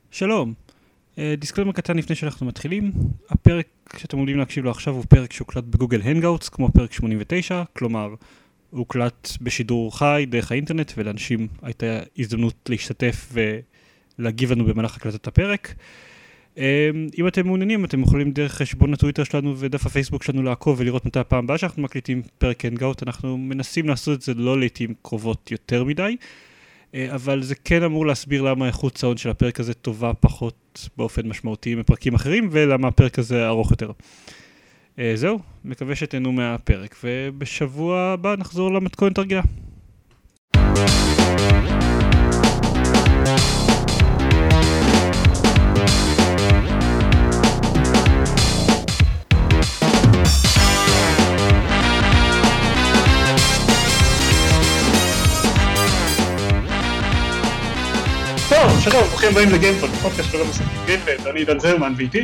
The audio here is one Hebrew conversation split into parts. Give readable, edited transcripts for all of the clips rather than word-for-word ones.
שלום, דיסקליימר קטן לפני שאנחנו מתחילים. הפרק שאתם עומדים להקשיב לו עכשיו הוא פרק שהוקלט בגוגל הנגאוטס, כמו פרק 89, כלומר, הוא הוקלט בשידור חי דרך האינטרנט, ולאנשים הייתה הזדמנות להשתתף ולהגיב לנו במהלך הקלטת הפרק. אם אתם מעוניינים, אתם יכולים דרך חשבון הטוויטר שלנו ודף הפייסבוק שלנו לעקוב ולראות מתי הפעם הבאה שאנחנו מקליטים פרק הנגאוט. אנחנו מנסים לעשות את זה לא לעתים קרובות יותר מדי, אבל זה כן אמור להסביר למה האיכות סאונד של הפרק הזה טובה פחות באופן משמעותי מפרקים אחרים, ולמה הפרק הזה ארוך יותר. זהו, מקווה שתהנו מהפרק, ובשבוע הבא נחזור למתכונת הרגילה. טוב, שלום, ברוכים הבאים לגיימפוד, פודקאסט שלא משחקים גיימפד, אני עידן זרמן ואיתי.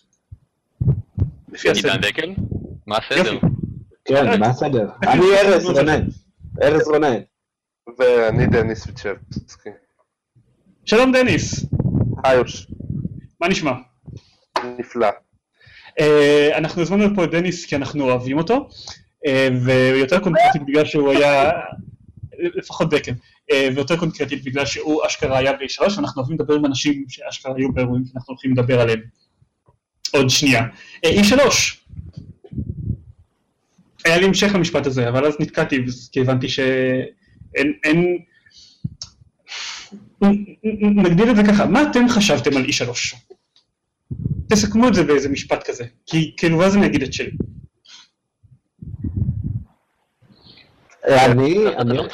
עידן דקל? מה הסדר? כן, מה הסדר? אני ארז רונן. ואני דניס ויצ'בסקי. שלום דניס. היוש. מה נשמע? נפלא. אנחנו הזמנו פה את דניס כי אנחנו אוהבים אותו, ויותר קונקרטית בגלל שהוא היה, לפחות דקל, ויותר קונקרטית בגלל שהוא אשכרה היה ב-3, ואנחנו אוהבים לדבר עם אנשים שאשכרה היו באירועים, אנחנו הולכים לדבר עליהם. עוד שנייה. E3. היה לי המשך למשפט הזה, אבל אז נתקעתי, כי הבנתי שאין... נגדיל את זה ככה, מה אתם חשבתם על E3? תסכמו את זה באיזה משפט כזה, כי כאילו אז אני אגיד את שלי. אני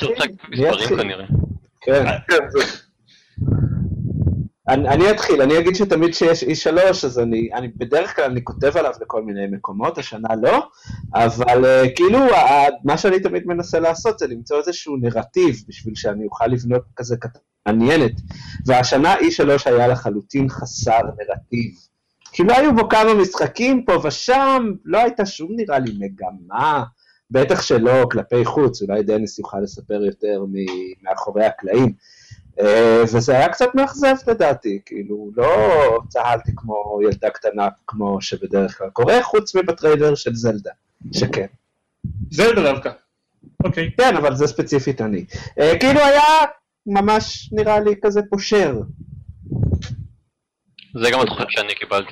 אתחיל, אני אגיד שתמיד שיש E3, אז אני בדרך כלל אני כותב עליו לכל מיני מקומות, השנה לא, אבל כאילו מה שאני תמיד מנסה לעשות זה למצוא איזשהו נרטיב, בשביל שאני אוכל לבנות כזה מעניינת, והשנה E3 היה לחלוטין חסר נרטיב, כאילו היו בו כמה משחקים פה ושם, לא הייתה שום נראה לי מגמה, בטח שלא כלפי חוץ, אולי דניס יוכל לספר יותר מאחורי הקלעים, וזה היה קצת מאכזב לדעתי, כאילו לא צהלתי כמו ילדה קטנה כמו שבדרך כלל קורה, חוץ מבטריילר של זלדה, שכן. זלדה דווקא, אוקיי. כן, אבל זה ספציפית אני. כאילו היה ממש נראה לי כזה פושר. זה גם התחושה שאני קיבלתי.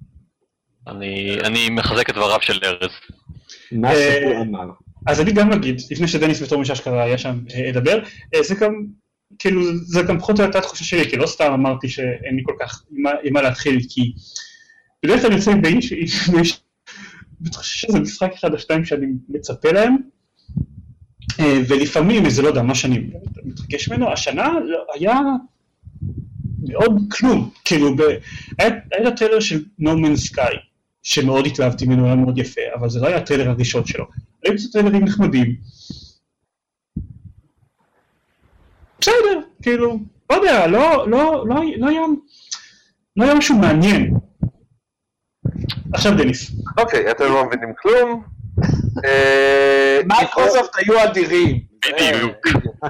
אני מחזק את דבריו של ארז. מה שהוא אמר. אז אני גם אגיד, לפני שדניס בתור משאשכרה היה שם אדבר, זה גם, כאילו, זה גם פחות או יותר התחושה שלי, כי לא סתם אמרתי שאין לי כל כך עם מה להתחיל, כי בדרך כלל אני יוצא בתחושה שזה משחק אחד או שתיים שאני מצפה להם, ולפעמים, זה לא יודע, מה שאני מתרגש ממנו, השנה היה מאוד כלום, כאילו, היה הטריילר של No Man's Sky, שמאוד התלהבתי ממנו, היה מאוד יפה, אבל זה לא היה הטריילר הראשון שלו. היו קצת טריילרים נחמדים. בסדר, כאילו, לא יודע, לא היה משהו מעניין. עכשיו דניס. אוקיי, אתם לא מבינים כלום. מייקרוסופט היו אדירים. בדיוק.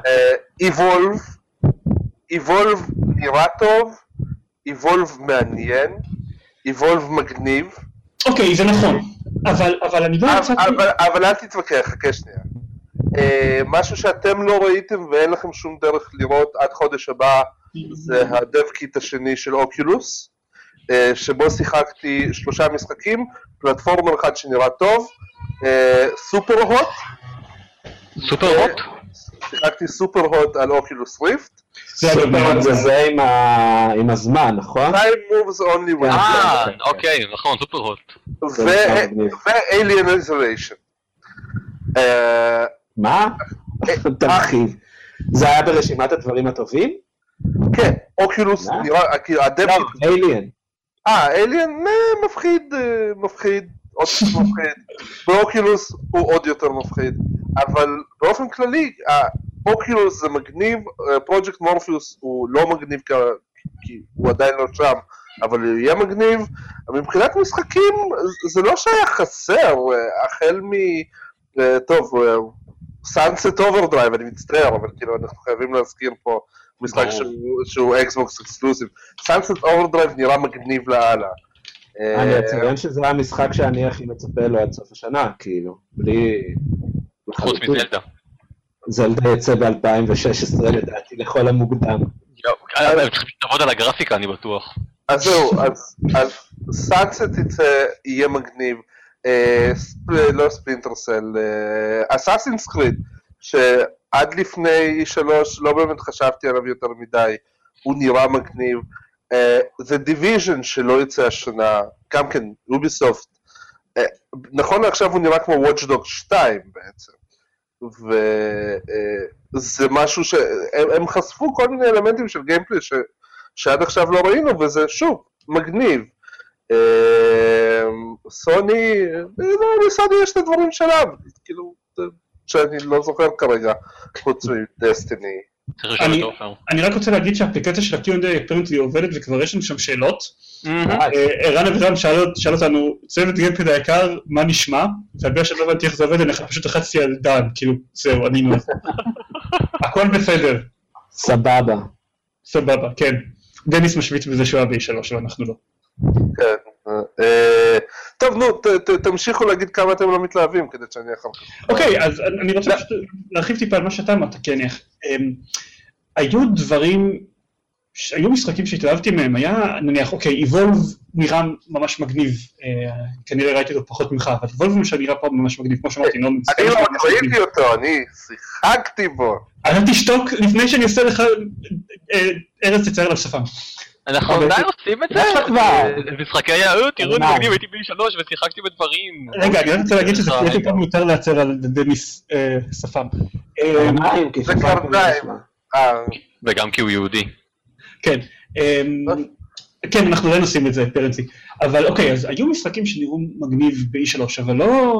Evolve נראה טוב, Evolve מעניין, Evolve מגניב. אוקיי, זה נכון, אבל אני לא יצאתי... אבל אל תתווכח, חכה שנייה. משהו שאתם לא ראיתם ואין לכם שום דרך לראות עד חודש הבא, זה הדב-קיט השני של אוקולוס, שבו שיחקתי 3 משחקים, פלטפורמר אחד שנראה טוב, סופר הוט. סופר הוט? שיחקתי סופר הוט על אוקולוס ריפט. זה עם הזמן, נכון? Time moves only when... אוקיי, נכון, סופר הוט. ו-Alien Isolation. מה? תרחיב. זה היה ברשימת הדברים הטובים? כן, אוקולוס נראה, הדבקיט... Alien. Alien מפחיד, עוד מפחיד. באוקולוס הוא עוד יותר מפחיד. אבל באופן כללי, אוקולוס זה מגניב, פרויקט מורפיוס הוא לא מגניב כי הוא עדיין לא שם, אבל הוא יהיה מגניב. מבחינת משחקים זה לא שהיה חסר, החל טוב, Sunset Overdrive, אני מצטער, אבל כאילו אנחנו חייבים להזכיר פה משחק שהוא אקסבוקס אקסקלוסיב. סאנסט אוברדרייב נראה מגניב לאללה. אני אציין שזה המשחק שאני הכי מצפה לו עד סוף השנה, כאילו, בלי... חוץ מזלדה. זלדה יצא ב-2016 לדעתי לכל המוקדם. הם צריכים לעבוד על הגרפיקה, אני בטוח. אז זהו, אז סאנסט יהיה מגניב, לא ספלינטרסל, אסאסינס קריד, שעד לפני 3 לא באמת חשבתי עליו יותר מדי, הוא נראה מגניב, זה דיוויז'ן שלא יצא השנה, גם כן, אוביסופט, נכון לעכשיו הוא נראה כמו Watch Dogs 2 בעצם, וזה משהו שהם חשפו כל מיני אלמנטים של גיימפלי שעד עכשיו לא ראינו, וזה שוב, מגניב. סוני, לסוני יש את הדברים שלה, כאילו, שאני לא זוכר כרגע, חוץ מדסטיני. אני רק רוצה להגיד שהאפליקציה של ה-Q&A אפרנטלי עובדת וכבר יש לנו שם שאלות. ערן אבירם שאל אותנו, צוות גיימפד היקר, מה נשמע? והבא שלא הבנתי איך זה עובד, אני פשוט לחצתי על דן, כאילו, זהו, אני נו. הכל בסדר. סבבה. סבבה, כן. דניס משוויץ בזה שהוא היה ב-3, ואנחנו לא. כן. טוב, נו, תמשיכו להגיד כמה אתם לא מתלהבים, כדי שאני אחר כך. אוקיי, אז אני רוצה להרחיב טיפה על מה שאתה אמרת, כן, היו דברים, היו משחקים שהתלהבתי מהם, היה נניח, אוקיי, Evolve נראה ממש מגניב, כנראה ראיתי אותו פחות ממך, אבל Evolve למשל נראה פה ממש מגניב, כמו שאמרתי, אני לא ראיתי אותו, אני שיחקתי בו. אז תשתוק לפני שאני עושה לך, ארז תצייר עליו שפם. אנחנו עדיין עושים את זה? משחקי יהוד, תראו, אני מגניב, הייתי ב3 ושיחקתי בדברים. רגע, אני רוצה להגיד שזה פרויקט פעם יותר להצר על דניס שפם. זה קרניים. וגם כי הוא יהודי. כן, כן, אנחנו לא עושים את זה, פרנטלי. אבל אוקיי, אז היו משחקים שנראו מגניב ב3, אבל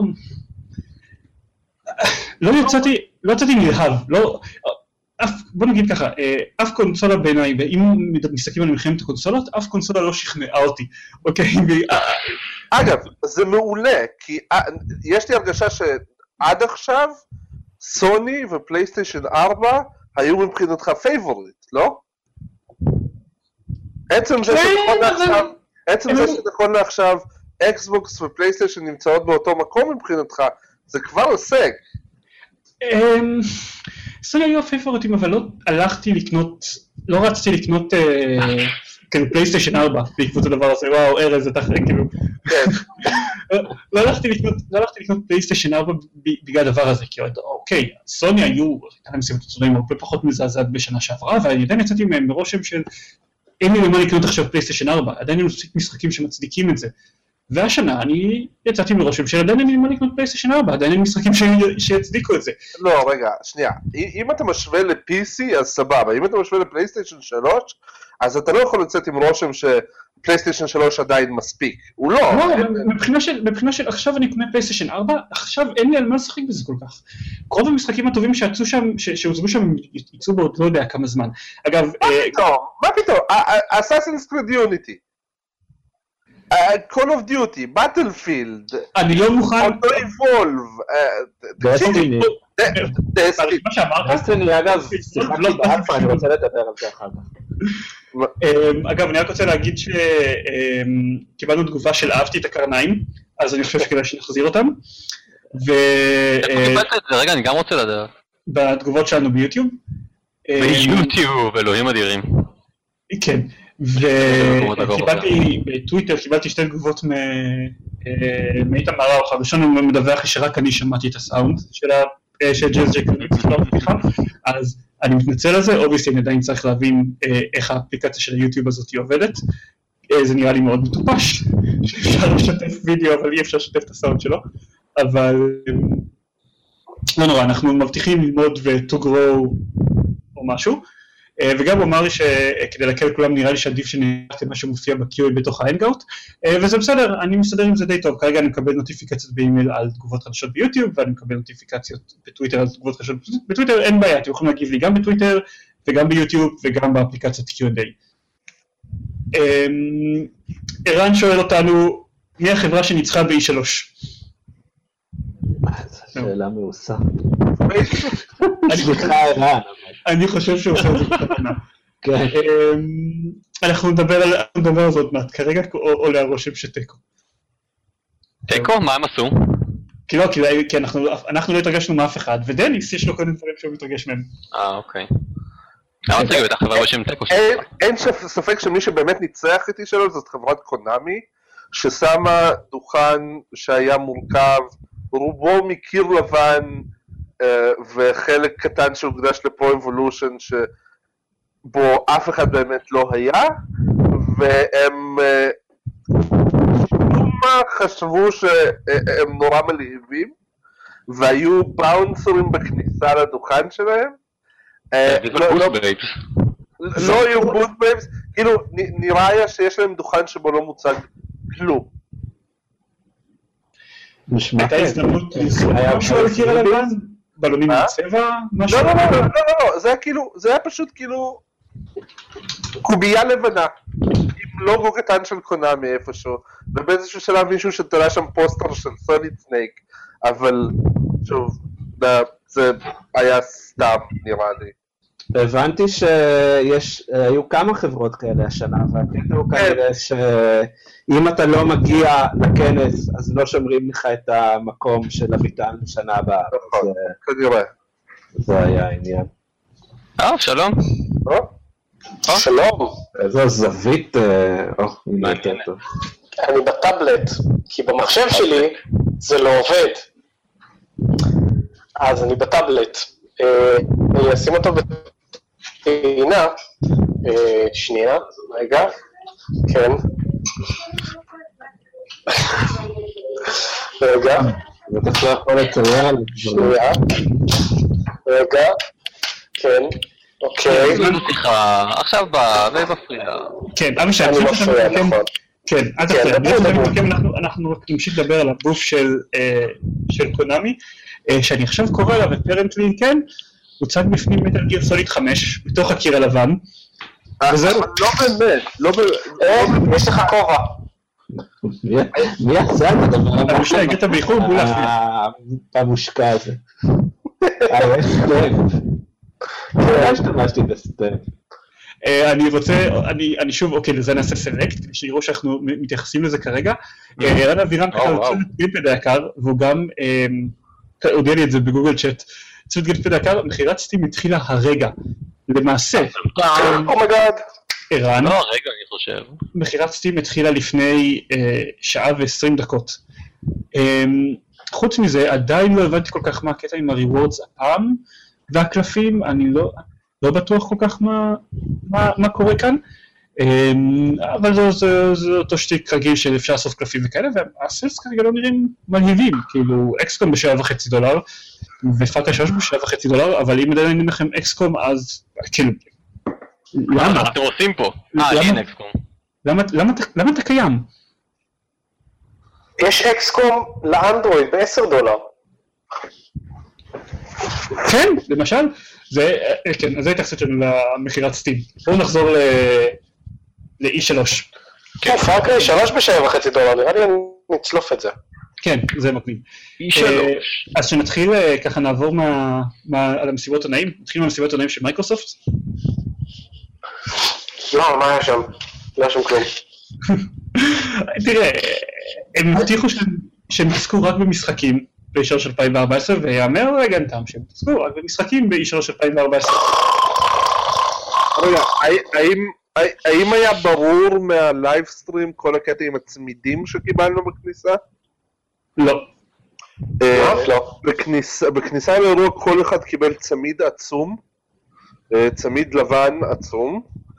לא יצאתי נלהב, בוא נגיד ככה, אף קונסולה בעיניי, ואם מסתכלים על מלחמת הקונסולות, אף קונסולה לא שכנעה אותי, אוקיי? אגב, זה מעולה, כי יש לי הרגשה שעד עכשיו, סוני ופלייסטיישן 4 היו מבחינתך פייבוריט, לא? עצם זה שנכון לעכשיו, אקסבוקס ופלייסטיישן נמצאות באותו מקום מבחינתך, זה כבר הישג. סוני היו הפייבוריטים, אבל לא הלכתי לקנות, לא רציתי לקנות פלייסטיישן 4 בעקבות הדבר הזה, וואו, ארז, אתה כאילו, לא הלכתי לקנות פלייסטיישן 4 בגלל הדבר הזה, כי אוקיי, סוני היו, הייתה להם סיבות צודקים הרבה פחות מזעזעת בשנה שעברה, ואני עדיין יצאתי מהם מרושם של, אין לי למה לקנות עכשיו פלייסטיישן 4, עדיין אין לי משחקים שמצדיקים את זה, והשנה אני יצאתי מרושם של עדיין אין לי למה לקנות פלייסטיישן 4, עדיין אין משחקים שיצדיקו את זה. לא, רגע, שנייה, אם אתה משווה ל-PC אז סבבה, אם אתה משווה לפלייסטיישן 3, אז אתה לא יכול לצאת עם רושם שפלייסטיישן 3 עדיין מספיק, הוא לא. לא, מבחינה של עכשיו אני קונה פלייסטיישן 4, עכשיו אין לי על מה לשחק בזה כל כך. רוב המשחקים הטובים שהוצגו שם יצאו בעוד לא יודע כמה זמן. אגב... מה פתאום? Assassin's Creed Unity. Call of Duty, Battlefield. אני לא מוכן... אותו Evolve. דסטיני. מה שאמרת? דסטיני, אגב, שיחקתי באלפא, אני רוצה לדבר על זה אחר כך. אגב, אני רק רוצה להגיד שקיבלנו תגובה של אהבתי את הקרניים, אז אני חושב שכדאי שנחזיר אותם. איפה קיבלת את זה? רגע, אני גם רוצה לדעת. בתגובות שלנו ביוטיוב. ביוטיוב, אלוהים אדירים. כן, וקיבלתי בטוויטר, קיבלתי 2 תגובות מאיתמר ראוך, הראשון מדווח לי שרק אני שמעתי את הסאונד של ג'אז ג'קוניק, אז אני מתנצל על זה, אובייסטי אני עדיין צריך להבין איך האפליקציה של היוטיוב הזאת היא עובדת, זה נראה לי מאוד מטופש, שאפשר לשתף וידאו אבל אי אפשר לשתף את הסאונד שלו, אבל לא נורא, אנחנו מבטיחים ללמוד ו-to grow או משהו, וגם הוא אמר לי שכדי להקל כולם נראה לי שעדיף שנערכתי מה שמופיע ב-QA בתוך ה-Hangout, וזה בסדר, אני מסתדר עם זה די טוב, כרגע אני מקבל נוטיפיקציות באימייל על תגובות חדשות ביוטיוב, ואני מקבל נוטיפיקציות בטוויטר על תגובות חדשות בטוויטר, אין בעיה, אתם יכולים להגיב לי גם בטוויטר, וגם ביוטיוב, וגם באפליקציית Q&A. ערן שואל אותנו, מי החברה שניצחה ב-E3? שאלה מעושה. אני חושב שהוא עושה את זה בכוונה. כן. אנחנו נדבר על זה עוד מעט, כרגע עולה הרושם שתיקו. תיקו? מה הם עשו? כי אנחנו לא התרגשנו מאף אחד, ודניס יש לו כל מיני דברים שהוא מתרגש מהם. אוקיי. למה צריך בטח חברה רושם תיקו? אין ספק שמי שבאמת ניצח את E3 זאת חברת קונאמי, ששמה דוכן שהיה מורכב, רובו מקיר לבן, וחלק קטן שהוקדש לפרו-אבולושן שבו אף אחד באמת לא היה, והם חשבו שהם נורא מלהיבים, והיו באונסרים בכניסה לדוכן שלהם. לא היו בוט בייבס, כאילו נראה היה שיש להם דוכן שבו לא מוצג כלום. הייתה הזדמנות משהו על קיר הלבן? בלונים בצבע? לא, זה היה פשוט כאילו קובייה לבנה עם לוגו קטן של קונאמי איפשהו, ובאיזשהו שלב מישהו שתלה שם פוסטר של סוליד סנייק, אבל שוב זה היה סתם נראה לי. הבנתי שהיו כמה חברות כאלה השנה, והקטע הוא כנראה שאם אתה לא מגיע לכנס, אז לא שומרים לך את המקום של הביטן לשנה הבאה. כנראה. זה היה העניין. שלום. שלום. איזו זווית, אני בטאבלט, כי במחשב שלי זה לא עובד. אז אני בטאבלט. אני אשים אותו בטעינה, שנייה, רגע, כן, רגע, בטח לא יכול לציין, שנייה, רגע, כן, אוקיי. עכשיו בא, זה מפריע. כן, אבי שאני מפריע, נכון. כן, אל תפריע, אנחנו נמשיך לדבר על הגוף של קונאמי, שאני עכשיו קורא לה, ופרנטלי כן, הוצג בפנים מטל גיר סוליד 5, בתוך הקיר הלבן, וזהו. לא באמת, יש לך כובע. מי עשה את הדבר? אבישי, הגעת באיחור בול להפריע. המושקע הזה. יש סטייב. לא השתמשתי בסטייב. אני שוב, אוקיי, לזה נעשה סלקט, כדי שיראו שאנחנו מתייחסים לזה כרגע. רן אבירם ככה יוצא גלפד היקר, והוא גם הודיע לי את זה בגוגל צ'אט, צוות גלפד היקר, מחירת סטים התחילה הרגע, למעשה. אומייגאד. ערן. לא, רגע, אני חושב. מחירת סטים התחילה לפני שעה ו20 דקות. חוץ מזה, עדיין לא הבנתי כל כך מה הקטע עם הריוורדס הפעם, והקלפים, אני לא בטוח כל כך מה קורה כאן, אבל זה אותו שטיק רגיל שאפשר לעשות קלפים וכאלה, והסלס כרגע לא נראים מלהיבים, כאילו אקסקום $7.5, ופאקה 3 $7.5, אבל אם עדיין אין לכם אקסקום, אז כאילו, למה? מה אתם עושים פה? אין אקסקום. למה אתה קיים? יש אקסקום לאנדרואיד $10. כן, למשל, כן, אז זה התייחסות שלנו למחירת סטים. בואו נחזור ל-E3. כן, פאקה 3 $7.5, נראה לי אני נצלוף את זה. כן, זה מגניב. E3. אז שנתחיל ככה נעבור על המסיבות עונאים, נתחיל מהמסיבות עונאים של מייקרוסופט. לא, מה היה שם? לא היה שם כלום. תראה, הם הבטיחו שהם תעסקו רק במשחקים ב-E3 של 2014, ויאמר רגנתם שהם תעסקו רק במשחקים ב-E3 של 2014. רגע, האם היה ברור מהלייבסטרים כל הקטע עם הצמידים שקיבלנו בכניסה? לא. לא. בכניסה לאירוע כל אחד קיבל צמיד עצום, צמיד לבן עצום,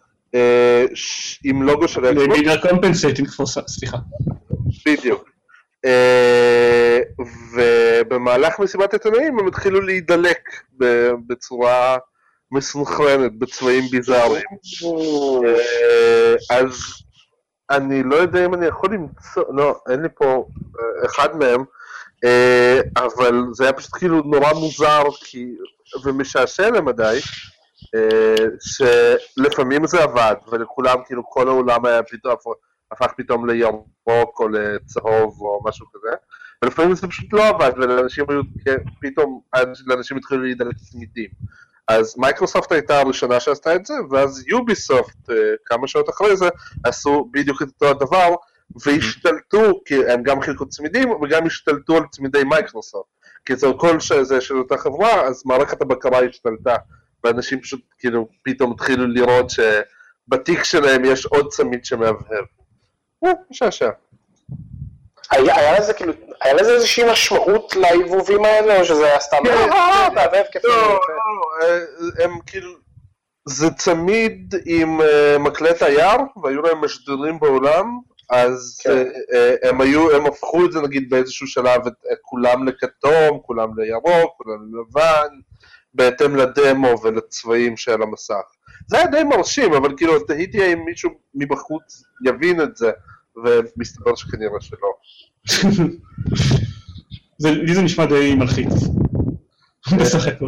עם לוגו של אקסבוקס. בגלל קומפנסייטינג פורסה, סליחה. בדיוק. ובמהלך מסיבת עיתונאים הם התחילו להידלק בצורה מסונכרנת, בצבעים ביזאריים. אז אני לא יודע אם אני יכול למצוא, לא, אין לי פה אחד מהם, אבל זה היה פשוט כאילו נורא מוזר ומשעשע למדי, שלפעמים זה עבד, ולכולם כאילו כל העולם היה פתאום, הפך פתאום לירוק או לצהוב או משהו כזה, ולפעמים זה פשוט לא עבד, ולאנשים היו פתאום, לאנשים התחילו להידלק צמידים. אז מייקרוסופט הייתה הראשונה שעשתה את זה, ואז יוביסופט, כמה שעות אחרי זה, עשו בדיוק את אותו הדבר, והשתלטו, כי הם גם חילקו צמידים, וגם השתלטו על צמידי מייקרוסופט. כי זה כל שזה של אותה חברה, אז מערכת הבקרה השתלטה, ואנשים פשוט כאילו פתאום התחילו לראות שבתיק שלהם יש עוד צמיד שמהבהב. משעשע. היה לזה איזושהי משמעות לעיבובים האלה, או שזה היה סתם, מהבהב כיף. לא, הם כאילו, זה צמיד עם מקלט היער, והיו להם משדרים בעולם, אז הם הפכו את זה נגיד באיזשהו שלב, כולם לכתום, כולם לירוק, כולם ללבן, בהתאם לדמו ולצבעים של המסך. זה היה די מרשים, אבל כאילו תהיתי אם מישהו מבחוץ יבין את זה, ומסתבר שכנראה שלא. לי זה נשמע די מלחיץ. בסך הכל.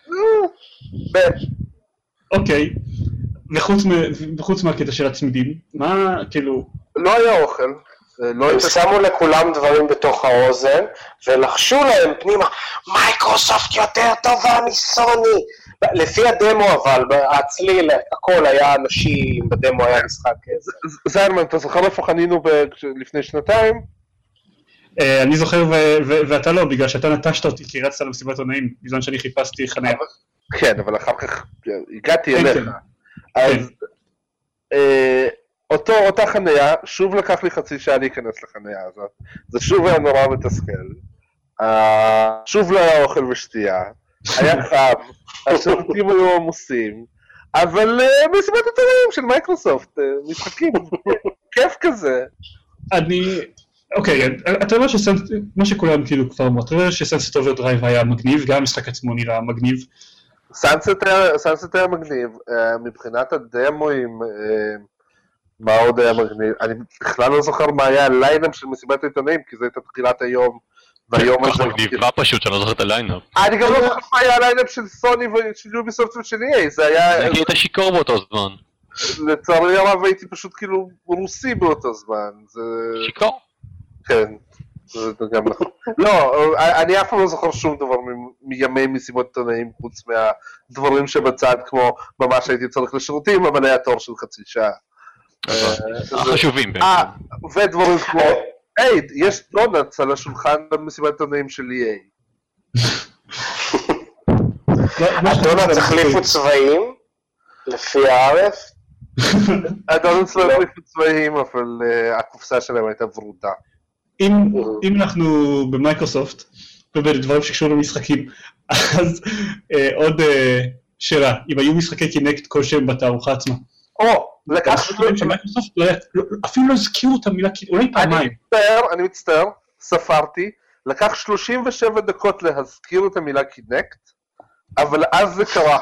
אוקיי, וחוץ מהקטע של הצמידים, מה כאילו... לא היה אוכל. הם שמו לכולם דברים בתוך האוזן, ולחשו להם פנימה, מייקרוסופט יותר טובה מסוני. לפי הדמו אבל, הצליל, הכל היה אנשים, בדמו היה משחק. זיינמן, אתה זוכר איפה חנינו לפני שנתיים? אני זוכר ואתה לא, בגלל שאתה נטשת אותי כי רצת למסיבת עונאים, בזמן שאני חיפשתי חניה. כן, אבל אחר כך הגעתי אליך. אז אותה חניה, שוב לקח לי חצי שעה להיכנס לחניה הזאת. זה שוב היה נורא מתסכל. שוב לא היה אוכל ושתייה. היה חם, השירותים היו עמוסים, אבל מסיבת עיתונאים של מייקרוסופט, משחקים, כיף כזה. אוקיי, אתה אומר מה שכולם כאילו כבר אמרו, אתה אומר שסנסט אוברדרייב היה מגניב, גם המשחק עצמו נראה מגניב. סנסט היה מגניב, מבחינת הדמואים, מה עוד היה מגניב, אני בכלל לא זוכר מה היה הליינאפ של מסיבת עיתונאים, כי זה הייתה תחילת היום, והיום כך מגניבה פשוט, שאני לא זוכר את הליינאפ. אני גם לא זוכר מה היה הליינאפ של סוני ושל יוביסופט ושל EA, זה היה... הייתי שיכור באותו זמן. לצערי הרב הייתי פשוט כאילו רוסי באותו זמן. שיכור? כן, זה גם נכון. לא, אני אף פעם לא זוכר שום דבר מימי מסיבות עיתונאים, חוץ מהדברים שבצד, כמו ממש הייתי צריך לשירותים, אבל היה תור של חצי שעה. החשובים בעצם. ודברים כמו... היי, יש דונאטס על השולחן במסיבת עיתונאים של EA. הדונאטס החליפו צבעים לפי הארץ? הדונאטס לא החליפו צבעים, אבל הקופסה שלהם הייתה ורודה. אם אנחנו במייקרוסופט, ובדברים שקשורים למשחקים, אז עוד שאלה, אם היו משחקי קינקט כלשהם בתערוכה עצמה. אפילו לא הזכירו את המילה, אולי פעמיים. אני מצטער, ספרתי, לקח 37 דקות להזכיר את המילה קינקט, אבל אז זה קרה.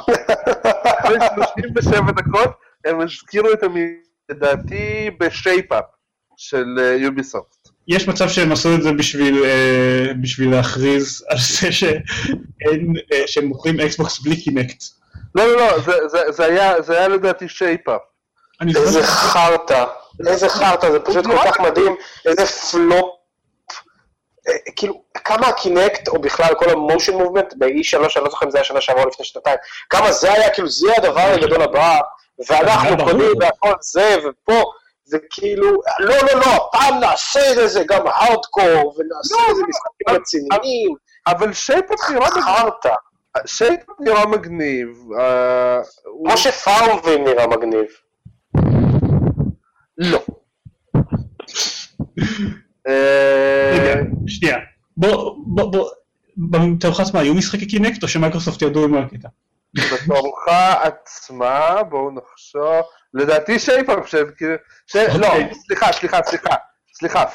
37 דקות הם הזכירו את המילה, לדעתי, בשייפ-אפ של יוביסופט. יש מצב שהם עשו את זה בשביל להכריז על זה שהם מוכרים אקסבוקס בלי קינקט. לא, זה היה לדעתי שייפ-אפ. איזה חרטה, זה פשוט כל כך מדהים, איזה פלופ, כאילו, כמה הקינקט, או בכלל כל המושן מובמנט, ב-E3, אני לא זוכר אם זה היה שנה שעברה או לפני שנתיים, כמה זה היה, כאילו, זה הדבר הגדול הבא, ואנחנו קונים והכל זה, ופה, זה כאילו, לא, הפעם נעשה את זה גם הארדקור, ונעשה את זה משחקים רציניים, אבל שייפ-אפ נראה מגניב, כמו שפארמווין נראה מגניב. לא. שנייה, בוא, בתערוכה עצמה, היו משחקי קינקט או שמייקרוסופט ירדו מהקטע? בתערוכה עצמה, בואו נחשוב, לדעתי שייפ-אפ, לא, סליחה,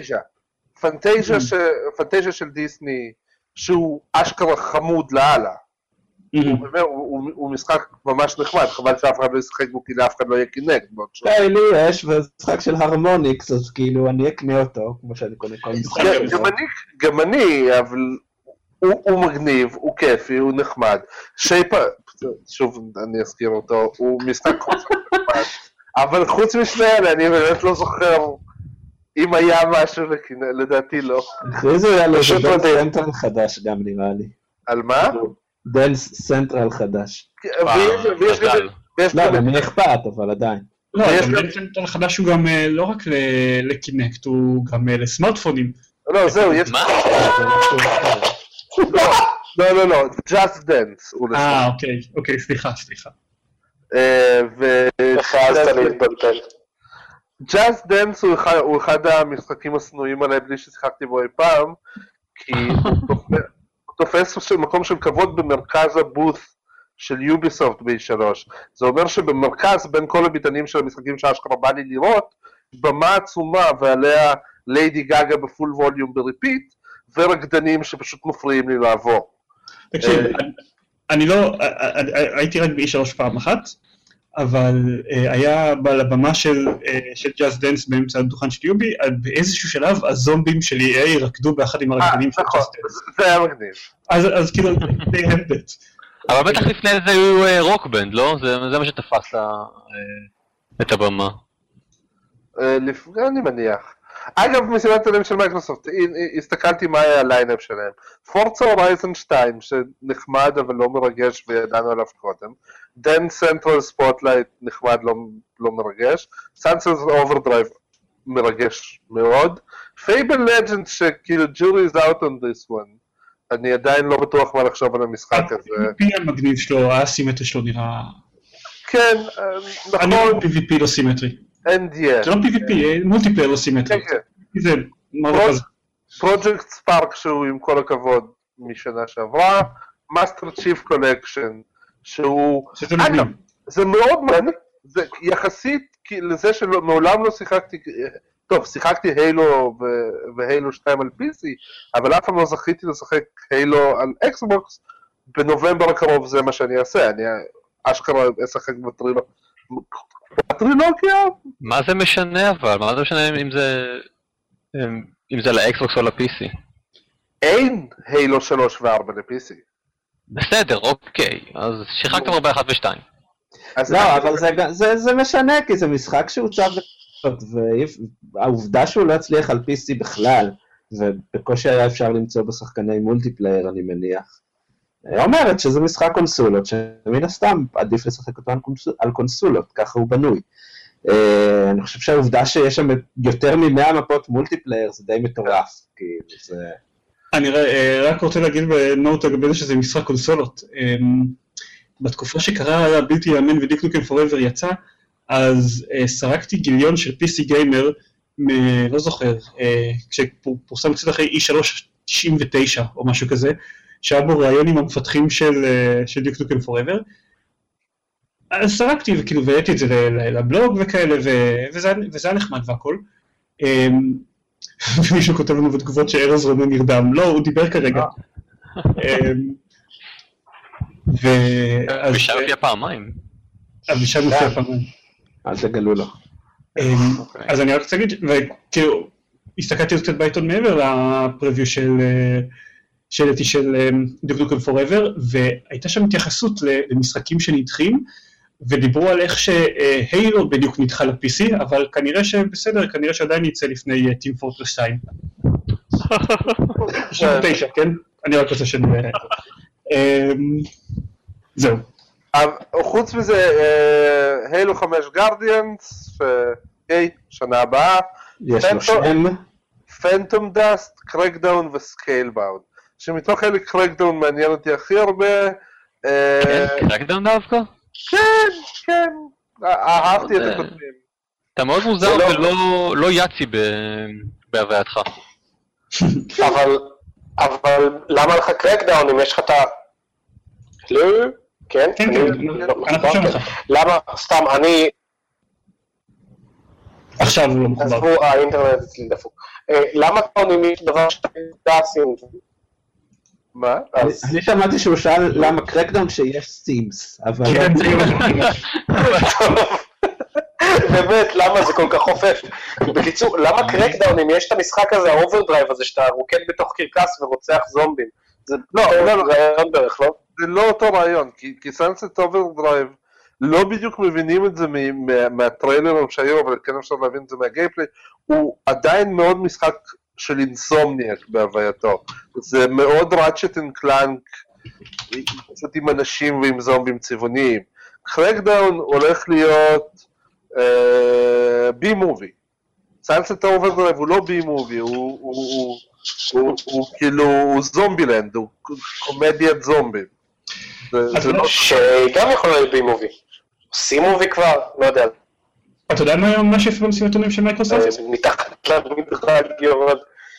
פנטזיה של דיסני, שהוא אשכרה חמוד לאללה. הוא משחק ממש נחמד, חבל שאף אחד לא ישחק בו כי לאף אחד לא יהיה קינקט. לי יש, וזה משחק של הרמוניקס, אז כאילו אני אקנה אותו, כמו שאני קונה כל משחק. גם אני, אבל הוא מגניב, הוא כיפי, הוא נחמד. שוב אני אזכיר אותו, הוא משחק נחמד, אבל חוץ משני אלה, אני באמת לא זוכר אם היה משהו לדעתי לא. אחרי זה היה לו סנטר חדש גם נראה לי. על מה? דנס סנטרל חדש. מזל. לא, למי אכפת, אבל עדיין. לא, גם דנס סנטרל חדש הוא גם לא רק לקינקט, הוא גם לסמארטפונים. לא, זהו, יש... מה? לא, Just Dance. אוקיי, סליחה. וחייזת להתבלבל. Just Dance הוא אחד המשחקים הסנועים עליי בלי ששיחקתי בו אי פעם, כי הוא תופס מקום של כבוד במרכז הבוס של יוביסופט ב-3. זה אומר שבמרכז בין כל הביטנים של המשחקים שאשכרה בא לי לראות, במה עצומה ועליה ליידי גגה בפול ווליום בריפיט, ורקדנים שפשוט מפריעים לי לעבור. תקשיב, אני לא, הייתי רק ב-3 פעם אחת, אבל היה לבמה של Just Dance באמצע הדוכן של יובי, באיזשהו שלב הזומבים של EA רקדו באחד עם הרקדנים של Just Dance. זה היה מגניב. אז כאילו, they had that. אבל בטח לפני זה הוא רוקבנד, לא? זה מה שתפס את הבמה. אני מניח. אגב, מסיבת עולם של מייקרוסופט, הסתכלתי מה היה הליינאפ שלהם. פורצה הורייזן 2, שנחמד אבל לא מרגש וידענו עליו קודם. דן סנטרל ספוטלייט, נחמד לא מרגש. סאנסט אוברדרייב, מרגש מאוד. פייבל לג'נד, שכאילו jury is out on this one. אני עדיין לא בטוח מה לחשוב על המשחק הזה. ה-PvP המגניב שלו, האסימטרי שלו נראה... כן, אני נכון. לא PvP לא סימטרי. NDS. זה לא PvP, מולטיפלייר לא סימטרי. זה פרוג'קט ספארק שהוא עם כל הכבוד משנה שעברה, מאסטר צ'יף קולקשן שהוא... שזה מגניב. זה מאוד מעניין, זה יחסית לזה שמעולם לא שיחקתי, טוב, שיחקתי הילו והילו 2 על PC, אבל אף פעם לא זכיתי לשחק הילו על אקסבוקס, בנובמבר הקרוב זה מה שאני אעשה, אני אשכרה אשחק בטרילוגיה. מה זה משנה אבל? מה זה משנה אם זה לאקסבוקס או ל-PC? אין הילו 3 ו-4 ל-PC. בסדר, אוקיי, אז שיחקת כבר ב-1 ו-2. לא, אבל זה משנה, כי זה משחק שהוצב והעובדה שהוא לא הצליח על PC בכלל, ובקושי היה אפשר למצוא בשחקני מולטיפלייר, אני מניח. אומרת שזה משחק קונסולות, שמן הסתם עדיף לשחק אותו על קונסולות, ככה הוא בנוי. אני חושב שהעובדה שיש שם יותר מ-100 מפות מולטיפלייר, זה די מטורף, כאילו זה... אני רק רוצה להגיד בנוט לגבי זה שזה משחק קונסולות. בתקופה שקרה בלתי יאמן ודיק נוקם פוראבר יצא, אז סרקתי גיליון של PC גיימר, לא זוכר, כשפורסם קצת אחרי E399 או משהו כזה, שהיה בו ראיון עם המפתחים של דיק נוקם פוראבר, אז סרקתי וכאילו והעליתי את זה לבלוג וכאלה, וזה היה נחמד והכל. ומישהו כותב לנו בתגובות שארז רונן נרדם, לא, הוא דיבר כרגע. ושם הופיע פעמיים. ושם הופיע פעמיים. אל תגלו לו. אז אני רק רוצה להגיד, וכאילו, הסתכלתי קצת בעיתון מעבר לפרביו של דיוק נוקם פוראבר, והייתה שם התייחסות למשחקים שנדחים, ודיברו על איך שהילו בדיוק נדחה ל-PC, אבל כנראה שבסדר, כנראה שעדיין יצא לפני Team Fortress 2. 99, כן? אני רק רוצה שנראה. זהו. חוץ מזה, הילו 5 גרדיאנס, שנה הבאה. יש לו שם. פנטום דאסט, קרקדאון וסקיילבאונד. שמתוך אלה קרקדאון מעניין אותי הכי הרבה. כן, קרקדאון דווקא? כן, אהבתי את הכותבים. אתה מאוד מוזר ולא יצי בהווייתך. אבל למה לך קרקדאון אם יש לך את ה... לא? כן? כן, אנחנו שומעים לך. למה? סתם, אני... עכשיו הוא לא מחובר. אז הוא האינטרנט אצלי דפוק. למה קרקדאון אם יש דבר שתעשים? מה? אני שמעתי שהוא שאל למה קרקדאון כשיש סימס, אבל... באמת, למה זה כל כך חופף? בקיצור, למה קרקדאון אם יש את המשחק הזה, האוברדרייב הזה, שאתה רוקד בתוך קרקס ורוצח זומבים? זה לא רעיון בערך, לא? זה לא אותו רעיון, כי סאנסט אוברדרייב לא בדיוק מבינים את זה מהטריילרים שהיו, אבל כן אפשר להבין את זה מהגיימפליי, הוא עדיין מאוד משחק של אינסומניאק בהווייתו. זה מאוד ראצ'ט אנד קלאנק פשוט עם אנשים ועם זומבים צבעוניים. קרקדאון הולך להיות בי מובי. סאנסט אוברדרייב הוא לא בי מובי, הוא כאילו זומבילנד, הוא קומדיית זומבים. שגם יכול להיות בי מובי. עושים מובי כבר? לא יודע. אתה יודע מה שיפה במשימת עונים של מייקרוסופט? מתחת למדרג יורד.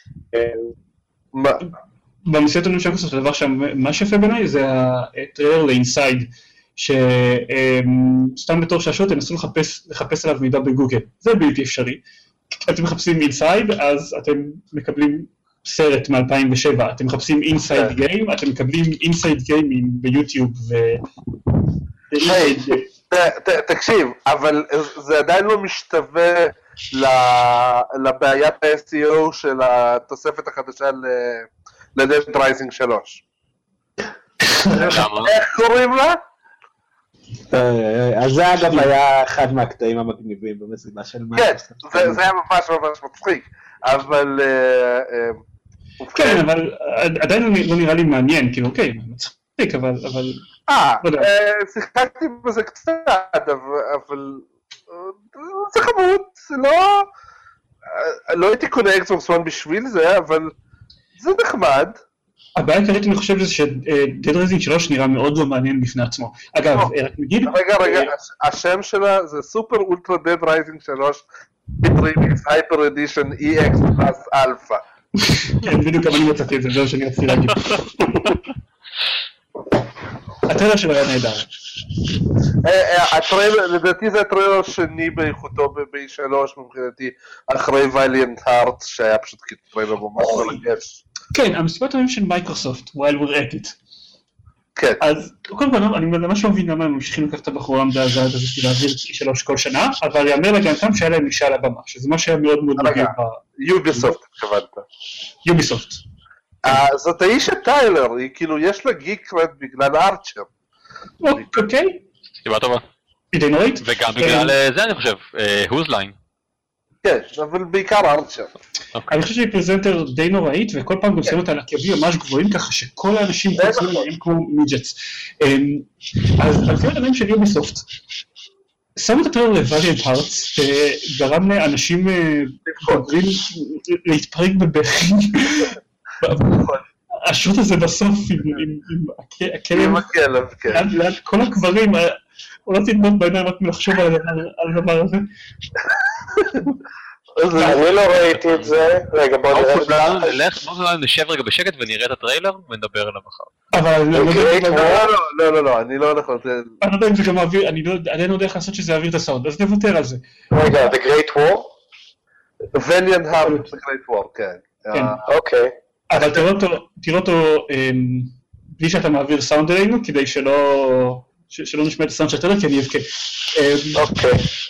במשימת עונים של מייקרוסופט, הדבר מה שיפה בעיניי זה הטריילר לאינסייד, שסתם בתור שעשות תנסו לחפש עליו מידע בגוגל. זה בלתי אפשרי. אתם מחפשים אינסייד, אז אתם מקבלים סרט מ-2007, אתם מחפשים אינסייד גיים, אתם מקבלים אינסייד גיימינג ביוטיוב תקשיב, אבל זה עדיין לא משתווה לבעיית ה-SEO של התוספת החדשה ל-Dead Rising 3. איך קוראים לה? אז זה אגב היה אחד מהקטעים המגניבים במסיבה של מייקרוסופט. כן, זה היה ממש ממש מצחיק, אבל... כן, אבל עדיין לא נראה לי מעניין, כאילו, אוקיי, מצחיק, אבל... שיחקתי בזה קצת, אבל... זה חמוד, זה לא... לא הייתי קונה אקסבוקס 1 בשביל זה, אבל זה נחמד. הבעיה העיקרית אני חושב זה ש-Dead Rising 3 נראה מאוד לא מעניין בפני עצמו. אגב, רק נגיד... רגע, השם שלה זה סופר אולטרה Dead Rising 3 Remix Hyper Edition EX Plus Alpha. כן, בדיוק גם אני מצאתי את זה, זהו שאני רציתי להגיד. הטריילר שלו היה נהדר. לדעתי זה הטריילר שני באיכותו ב-3 מבחינתי, אחרי Valiant Hearts, שהיה פשוט טריילר ממש מרגש. כן, המסיבת עונים של מייקרוסופט, while we're at it. כן. אז קודם כל, אני ממש לא מבין למה הם ממשיכים לקחת את הבחורה המזעזעת הזאת להעביר E3 כל שנה, אבל יאמר לגנתם שהיה להם אישה על הבמה, שזה מה שהיה מאוד מאוד מגיע. יוביסופט, התכוונת. יוביסופט. זאת האישה טיילר, היא כאילו, יש לה גיקרד בגלל ארצ'ר. אוקיי. סיבה טובה. היא נוראית. וגם בגלל זה אני חושב, הוזליין. כן, אבל בעיקר ארצ'ר. אני חושב שהיא פרזנטר די נוראית, וכל פעם גם שמים אותה על עקבים ממש גבוהים, ככה שכל האנשים חוצים להם כמו מידג'טס. אז על ציון עיניים של יוביסופט, שמו את הטריילר ל-Valiant Hearts, שגרם לאנשים בוגרים להתפרק בבכי. השוט הזה בסוף עם הכלב, ליד כל הקברים, אולי תדמות בעיניים רק מלחשוב על הדבר הזה. אני לא ראיתי את זה, רגע בוא נראה. בואו נשב רגע בשקט ונראה את הטריילר ונדבר עליו אחר. אבל לא, אני לא הולך לזה. אני לא יודע אם זה גם מעביר, אני עדיין לא יודע איך לעשות שזה יעביר את הסאונד, אז נוותר על זה. רגע, The Great War? Valiant Hearts, The Great War, כן. אוקיי. אבל תראו אותו בלי שאתה מעביר סאונד אלינו, כדי שלא נשמע את הסאונד של הטריילר, כי אני אבכה. אוקיי.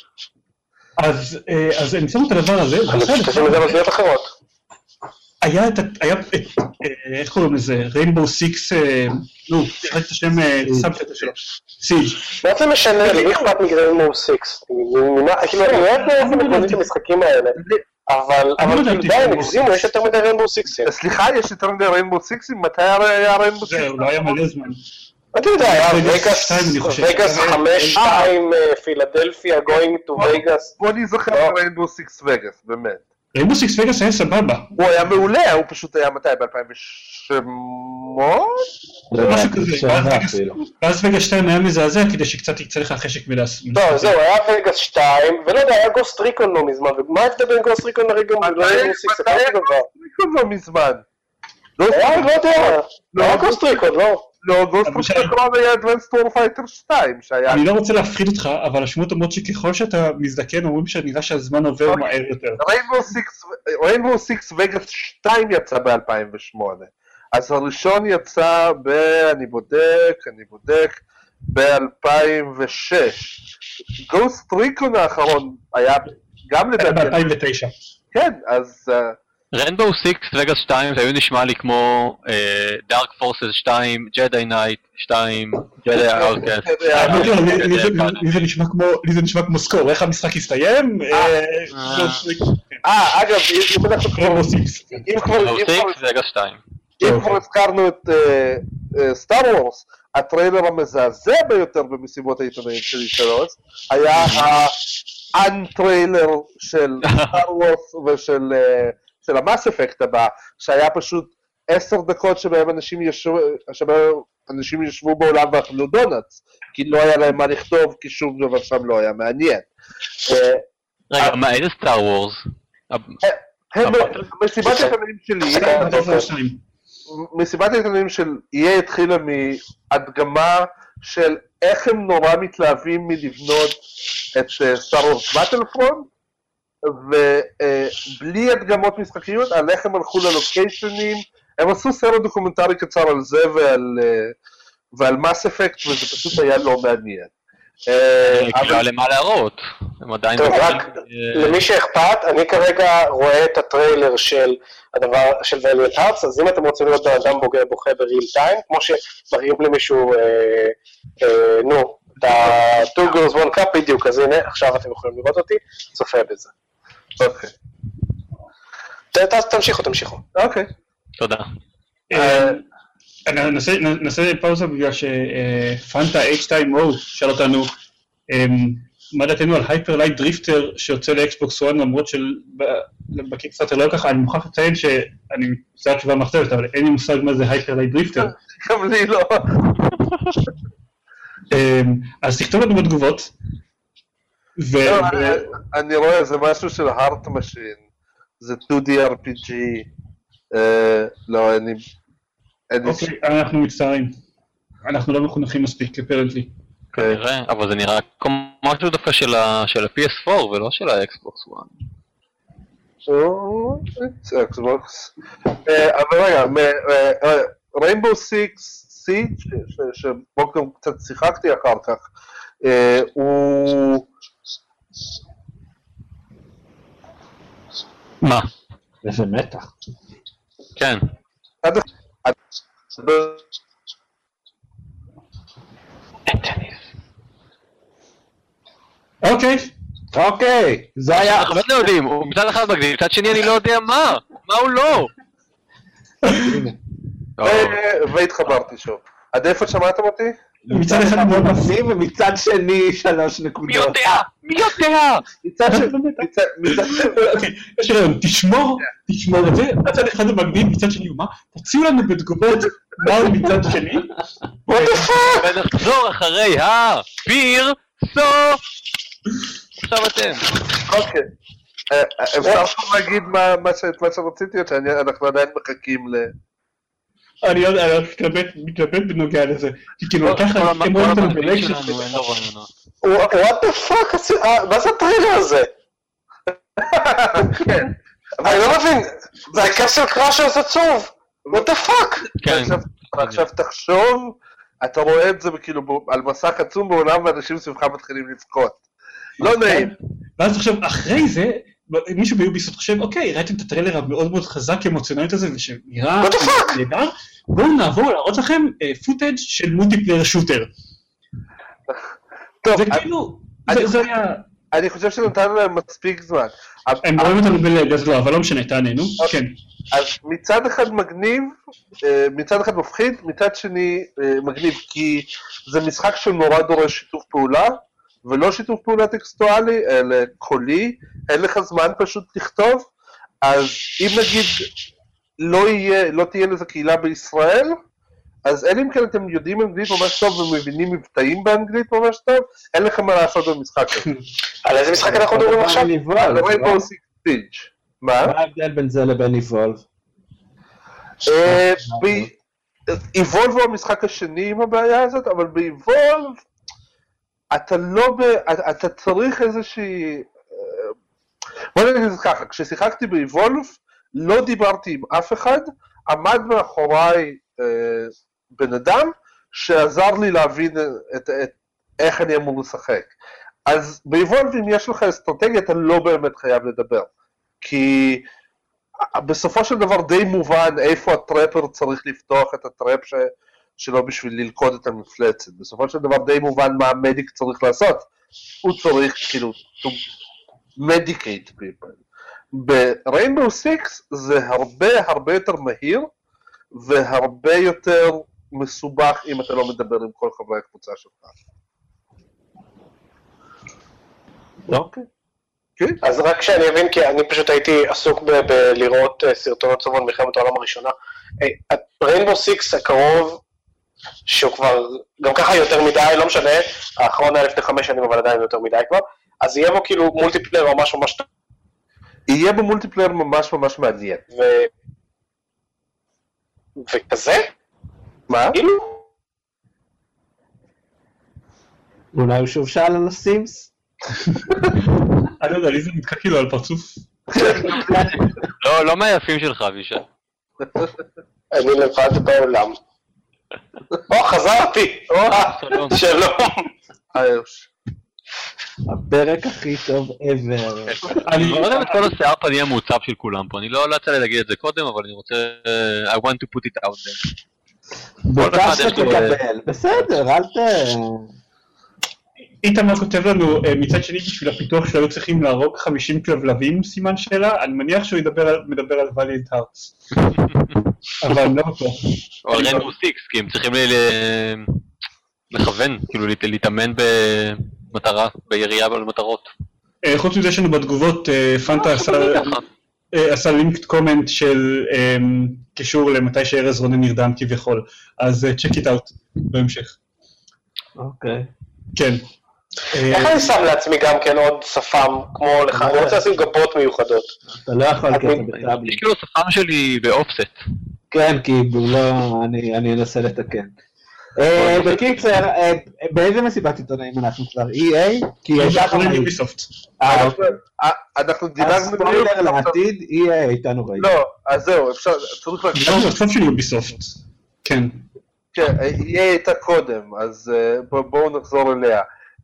אז הם שמו את הדבר הזה, אני חושב שזה מזוויות אחרות. היה איך קוראים לזה, ריינבו סיקס, שכחתי את השם סאבטייטל שלו, סיג'. מה זה משנה, לי אכפת מריינבו סיקס? כאילו, אני אוהב איפה מתמודדים את המשחקים האלה, אבל כאילו די, הם הגזימו, יש יותר מדי ריינבו סיקסים. סליחה, יש יותר מדי ריינבו סיקסים? מתי היה ריינבו סיקס? זהו, לא היה מלא זמן. אתה יודע, היה וגאס 5-2, פילדלפיה, going to וגאס. בוא אני זוכר ריינבו סיקס וגאס, באמת. ריינבו סיקס וגאס היה סבבה. הוא היה מעולה, הוא פשוט היה מתי? ב-2008? משהו כזה. ואז וגאס 2 היה מזעזע כדי שקצת יצא לך חשק מלעשות. לא, זהו, היה וגאס 2, ולא יודע, היה גוסט ריקון לא מזמן, ומה ההבדל בין גוסט ריקון לריינבו סיקס? מתי היה גוסט ריקון לא מזמן? לא יודע, היה גוסט ריקון, לא? לא, גוסט ריקון היה Advanced Warfighter 2 שהיה... אני לא רוצה להפחיד אותך, אבל השמות אומרות שככל שאתה מזדקן, אומרים שנראה שהזמן עובר מהר יותר. ריינבו סיקס וגאס 2 יצא ב-2008, אז הראשון יצא אני בודק, ב-2006. גוסט ריקון האחרון היה גם לדעתי... ב-2009. כן, אז... ריינבו סיקס וגאס 2 זה היו נשמע לי כמו דארק פורסס 2, ג'די נייט 2, ג'די אאוטקאסט. לי זה נשמע כמו סקור, איך המשחק הסתיים? אגב, ריינבו סיקס. ריינבו סיקס וגאס 2. אם כבר הזכרנו את סטאר וורס, הטריילר המזעזע ביותר במסיבות העיתונאים של E3, היה האנטריילר של סטאר וורס ושל המאס אפקט הבא, שהיה פשוט 10 דקות שבהם אנשים ישבו בעולם ואכלו דונאטס, כי לא היה להם מה לכתוב, כי שום דבר שם לא היה מעניין. רגע, מה, איזה סטאר וורס? מסיבת העיתונאים שלי, מסיבת העיתונאים של EA התחילה מהדגמה של איך הם נורא מתלהבים מלבנות את סטאר וורס באטלפרונט, ובלי הדגמות משחקיות, על איך הם הלכו ללוקיישנים, הם עשו סרט דוקומנטרי קצר על זה ועל מס אפקט, וזה פשוט היה לא מעניין. כאילו היה למה להראות, הם עדיין... טוב, רק למי שאכפת, אני כרגע רואה את הטריילר של הדבר של Valiant Hearts, אז אם אתם רוצים לראות באדם בוכה בריל טיים, כמו שמראים למישהו, את ה-Two Girls One Cup בדיוק, אז הנה, עכשיו אתם יכולים לראות אותי, צופה בזה. אוקיי. תמשיכו. אוקיי. תודה. נעשה פאוזה בגלל שפנטה H2O שאל אותנו מה דעתנו על הייפר לייט דריפטר שיוצא לאקסבוקס 1 למרות שבקיקסטארטר לא ככה, אני מוכרח לציין שאני זה התשובה מחתבת, אבל אין לי מושג מה זה הייפר לייט דריפטר. גם לי לא. אז תכתוב לנו בתגובות. אני רואה, זה משהו של הארט משין, זה 2D RPG, לא, אין לי... אוקיי, אנחנו מצטערים. אנחנו לא מחונכים מספיק, אפרנטלי. כנראה, אבל זה נראה כמו משהו דווקא של ה-PS4 ולא של האקסבוקס 1. אקסבוקס. אבל רגע, ריינבו סיקס סיג' שבו גם קצת שיחקתי אחר כך, הוא... מה? איזה מתח. כן. אוקיי, זה היה... אנחנו באמת לא יודעים, הוא מצד אחד מגדיל, מצד שני אני לא יודע מה הוא לא. והתחברתי שוב. עד איפה שמעתם אותי? מצד אחד מאוד מפעים ומצד שני 3 נקודות. מי יודע? יש רעיון, תשמור את זה, מצד אחד זה מגניב, מצד שני הוא מה? תוציאו לנו בתגובות מה הוא מצד שני. ונחזור אחרי הפיר סוף. עכשיו אתם. אוקיי. אפשר להגיד מה שרציתי, שאנחנו עדיין מחכים ל... אני מתלבט בנוגע לזה, כי כאילו ככה הם רואים אותנו בלקשן. what the fuck, מה זה הטריילר הזה? אני לא מבין, זה הקסל קראשרס עצוב, what the fuck? עכשיו תחשוב, אתה רואה את זה כאילו על מסך עצום בעולם ואנשים סביבך מתחילים לבכות. לא נעים. ואז עכשיו אחרי זה, מישהו ביוביסופט חושב, אוקיי, ראיתם את הטריילר המאוד מאוד חזק אמוציונלית הזה, ושנראה נהדר, בואו נעבור להראות לכם פוטאג' של מולטיפלייר שוטר. טוב, זה כאילו, זה היה... אני חושב שנתנו להם מספיק זמן. הם רואים אותנו בלגז לא, אבל לא משנה, תעננו, כן. אז מצד אחד מגניב, מצד אחד מפחיד, מצד שני מגניב, כי זה משחק שנורא דורש שיתוף פעולה, ולא שיתוף פעולה טקסטואלי, אלא קולי, אין לך זמן פשוט לכתוב, אז אם נגיד לא תהיה לזה קהילה בישראל, אז אין אם כן אתם יודעים אנגלית ממש טוב ומבינים מבטאים באנגלית ממש טוב, אין לכם מה לעשות במשחק הזה. על איזה משחק אנחנו מדברים עכשיו? על ריינבו סיקס סיג'. מה ההבדל בין זה לבין איבולב? איבולב הוא המשחק השני עם הבעיה הזאת, אבל באיבולב אתה צריך איזושהי... בוא נגיד את זה ככה, כששיחקתי באיבולב, לא דיברתי עם אף אחד, עמד מאחוריי בן אדם, שעזר לי להבין איך אני אמור לשחק. אז באיבולב, אם יש לך אסטרטגיה, אתה לא באמת חייב לדבר. כי בסופו של דבר די מובן איפה הטרפר צריך לפתוח את הטרפ שלו בשביל ללכוד את המפלצת. בסופו של דבר די מובן מה המדיק צריך לעשות. הוא צריך כאילו to medicate people. בריינבו סיקס זה הרבה יותר מהיר, והרבה יותר מסובך אם אתה לא מדבר עם כל חברי הקבוצה שלך. אוקיי. כן? אז רק שאני אבין, כי אני פשוט הייתי עסוק בלראות סרטונות צבון מלחמת העולם הראשונה. ריינבו סיקס הקרוב, שהוא כבר גם ככה יותר מדי, לא משנה, האחרון היה לפני 5 שנים, אבל עדיין יותר מדי כבר, אז יהיה בו כאילו מולטיפלייר ממש ממש טוב. יהיה בו מולטיפלייר ממש ממש מעניין. וכזה? מה? כאילו? אולי הוא שוב שאל על הסימס? אני לא יודע, לי זה נתקע כאילו על פרצוף. לא מהיפים שלך, אבישי. אני לבד בעולם. חזרתי! שלום. הפרק הכי טוב ever. אני לא יודע את כל השיער פנים המעוצב של כולם פה, אני לא יצא לי להגיד את זה קודם, אבל אני רוצה... I want to put it out there. ביקשת תקבל, בסדר, אל ת... איתמר כותב לנו, מצד שני בשביל הפיתוח שהיו צריכים להרוג 50 כלבלבים, סימן שאלה, אני מניח שהוא מדבר על Valiant Hearts. אבל אני לא בטוח. או על ריינבו סיקס, כי הם צריכים לכוון, כאילו להתאמן במטרה, בירייה למטרות. חוץ מזה יש לנו בתגובות, פנטה עשה לינקד קומנט של קישור למתי שארז רונן נרדם כביכול, אז check it out בהמשך. אוקיי. כן. איך אני שם לעצמי גם כן עוד שפם כמו לך? אני רוצה לשים גבות מיוחדות. אתה לא יכול כי אתה בטאבלי. יש כאילו שפם שלי באופסט. כן, כי לא, אני אנסה לתקן. בקיצר, באיזה מסיבת עיתונאים אנחנו כבר? EA? כי הייתה קוראים יוביסופט. אנחנו אז דירגנו... ספוילר לעתיד, EA איתנו ראיתי. לא, אז זהו, אפשר, צריך לחשוב... זה הסוף של יוביסופט. כן. כן, EA הייתה קודם, אז בואו נחזור אליה.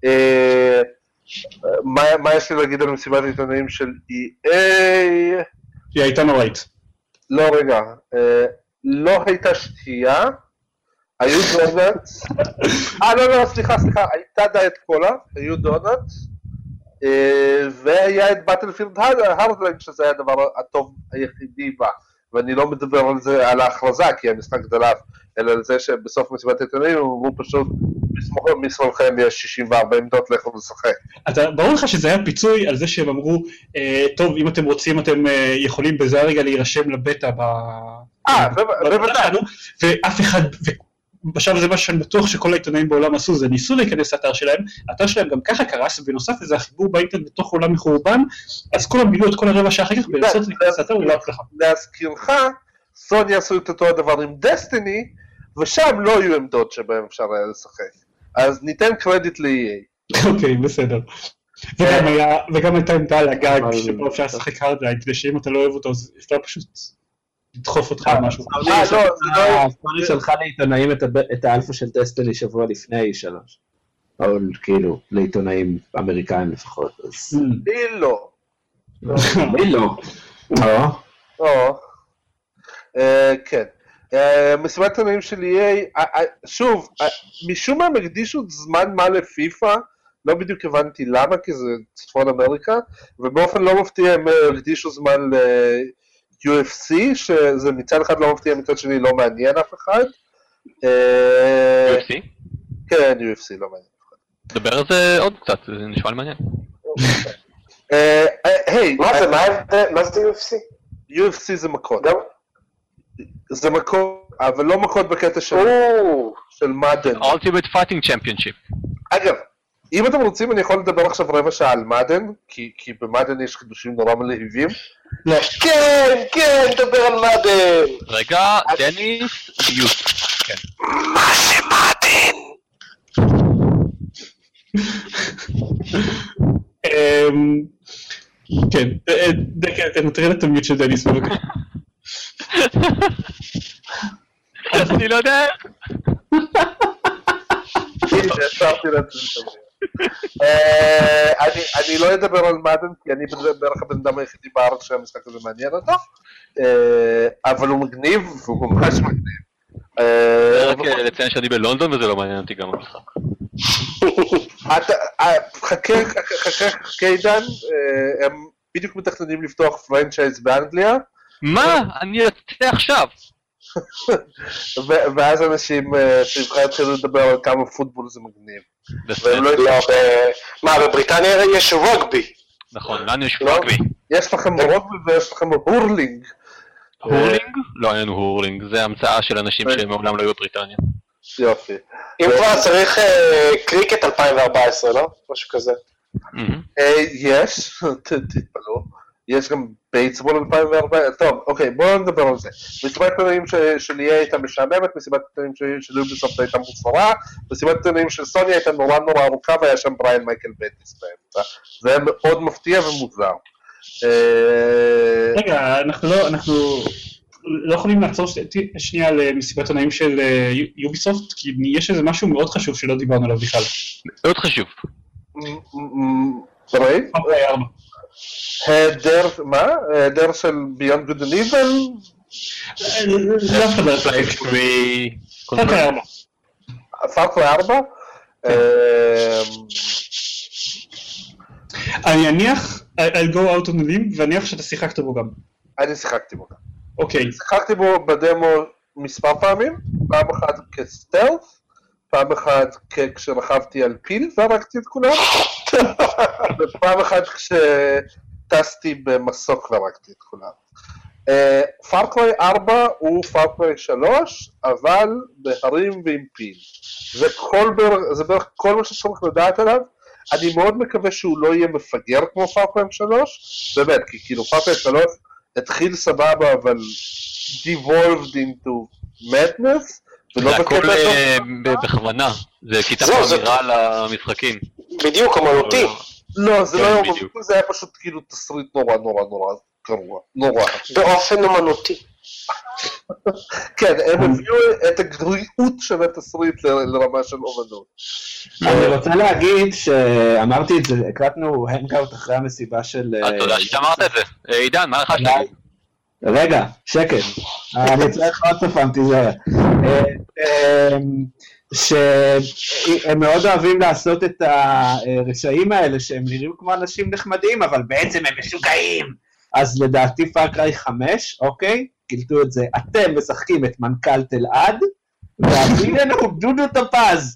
מה יש לי להגיד על מסיבת העיתונאים של EA? היא הייתה נוראית. לא, רגע, לא הייתה שתייה, היו דונאטס, לא, סליחה, הייתה דיאט קולה, היו דונאטס, והיה את באטלפילד הארדליין, שזה היה הדבר הטוב היחידי בה, ואני לא מדבר על זה, על ההכרזה, כי המשחק דלף, אלא על זה שבסוף מסיבת העיתונאים הם אמרו פשוט, משמאלכם יש 64 עמדות לכו לשחק. ברור לך שזה היה פיצוי על זה שהם אמרו, טוב, אם אתם רוצים, אתם יכולים בזה הרגע להירשם לבטא בוודאי. ואף אחד, בשלב הזה מה שאני בטוח שכל העיתונאים בעולם עשו, זה ניסו להיכנס לאתר שלהם, האתר שלהם גם ככה קרס, ובנוסף לזה החיבור באינטרנט בתוך עולם מחורבן, אז כולם מילאו את כל הרבע שעה אחר כך, ולנסות להיכנס לאתר ולא הצלחה. להזכירך, סוני עשו את אותו הדבר עם דסטיני, ושם לא היו עמדות שבהם אפשר היה לשחק. אז ניתן קרדיט ל-EA. אוקיי, בסדר. וגם הייתה עמדה על הגג, שבו אפשר לשחק הארדליין, כדי שאם אתה לא אוהב אותו, אז אפשר פשוט לדחוף אותך על משהו. סוני שלחה לעיתונאים את האלפא של דסטיני שבוע לפני 3. או כאילו, לעיתונאים אמריקאים לפחות. לי לא. לי לא. כן. מסיבת העיתונאים של EA, שוב, משום מה הם הקדישו זמן מה לפיפא, לא בדיוק הבנתי למה, כי זה צפון אמריקה, ובאופן לא מפתיע הם הקדישו זמן ל-UFC, שזה מצד אחד לא מפתיע, מצד שני לא מעניין אף אחד. UFC? כן, UFC לא מעניין אף אחד. דבר על זה עוד קצת, זה נשמע לי מעניין. היי, מה זה UFC? UFC זה מכות. זה מכות, אבל לא מכות בקטע של מדן. Ultimate Fighting Championship. אגב, אם אתם רוצים אני יכול לדבר עכשיו רבע שעה על מדן, כי במדן יש חידושים נורא מלהיבים. כן, דבר על מדן. רגע, דניס, יוס. מה זה מדן? כן, דקה, נתראה את המיוט של דניס בבקשה. אני לא יודע. אני לא אדבר על מדן, כי אני בערך הבן אדם היחידי בארץ שהמשחק הזה מעניין אותו, אבל הוא מגניב, והוא ממש מגניב. רק לציין שאני בלונדון וזה לא מעניין אותי גם המשחק. חכה עידן, הם בדיוק מתכננים לפתוח פרנצ'ייז באנגליה. מה? אני יוצא עכשיו. ואז אנשים שבכלל התחילו לדבר על כמה פוטבול זה מגניב. מה, בבריטניה יש רוגבי? נכון, לנו יש רוגבי. יש לכם רוגבי ויש לכם הורלינג. הורלינג? לא, אין לנו הורלינג, זה המצאה של אנשים שמעולם לא היו בבריטניה. יופי. אם כבר צריך קריקט 2014, לא? משהו כזה. יש, תתפלאו. יש גם בייסבול 2014, טוב, אוקיי, בואו נדבר על זה. מסיבת עיתונאים של EA הייתה משעממת, מסיבת עיתונאים של יוביסופט הייתה מופרה, מסיבת עיתונאים של סוני הייתה נורא ארוכה, והיה שם בריין מייקל בטיס באמצע. זה היה מאוד מפתיע ומוזר. רגע, אנחנו לא יכולים לעצור שנייה למסיבת עיתונאים של יוביסופט, כי יש איזה משהו מאוד חשוב שלא דיברנו עליו בכלל. מאוד חשוב. ראי? פארקריי 4. היעדר, מה? היעדר של ביונד גוד אנד איבל? לא חבר פארקריי 4. פארקריי 4? אני אניח, I'll go out on a limb, ואניח שאתה שיחקת בו גם. אני שיחקתי בו גם. אוקיי. שיחקתי בו בדמו מספר פעמים, פעם אחת כסטלף, פעם אחת כשרכבתי על פיל והרגתי את כולם, ופעם אחת כשטסתי במסוק והרגתי את כולם. פארקריי 4 הוא פארקריי 3, אבל בהרים ועם פיל. זה בערך כל מה שצריך לדעת עליו. אני מאוד מקווה שהוא לא יהיה מפגר כמו פארקריי 3, באמת, כי כאילו פארקריי 3 התחיל סבבה, אבל devolved into madness, זה הכל בכוונה, זה כיתה חמירה למשחקים. בדיוק, אמנותי. לא, זה לא היה אמנותי, זה היה פשוט כאילו תסריט נורא גרוע, נורא. באופן אמנותי. כן, הם הביאו את הגרועות של התסריט לרמה של אומנות. אני רוצה להגיד שאמרתי את זה, הקלטנו הנגאוט אחרי המסיבה של... תודה שאמרת את זה. עידן, מה לך שתגיד? רגע, שקט. אני צריך עוד פעם, תיזהר. שהם מאוד אוהבים לעשות את הרשעים האלה, שהם נראים כמו אנשים נחמדים, אבל בעצם הם משוגעים. אז לדעתי פארקריי 5, אוקיי? קלטו את זה, אתם משחקים את מנכ"ל תלעד, והנה דודו טופז.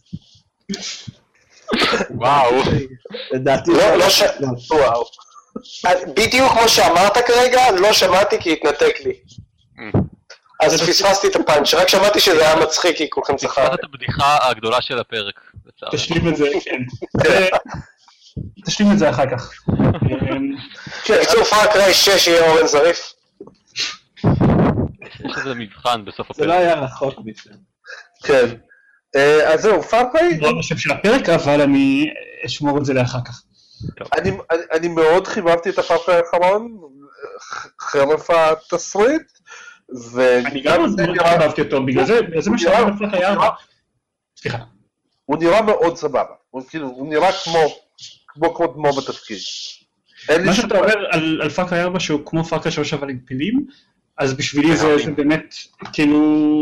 וואו. לדעתי... וואו. בדיוק כמו שאמרת כרגע, לא שמעתי כי התנתק לי. אז פספסתי את הפאנץ', רק שמעתי שזה היה מצחיק כי כולכם צחקתם. פספסת את הבדיחה הגדולה של הפרק. תשלים את זה, כן. תשלים את זה אחר כך. בקיצור פארקריי 6 יהיה אורן זריף. יש איזה מבחן בסוף הפרק. זה לא היה רחוק משם. כן. אז זהו, פארקריי... לא בשם של הפרק, אבל אני אשמור את זה לאחר כך. אני מאוד חיבבתי את הפארקריי האחרון, חרף התסריט, אני גם מאוד חיבבתי אותו, בגלל זה מה שאתה בפארקריי 4. סליחה. הוא נראה מאוד סבבה, הוא נראה כמו בתפקיד. מה שאתה אומר על פארקריי 4 שהוא כמו פארקריי 3 אבל עם פילים, אז בשבילי זה באמת, כאילו,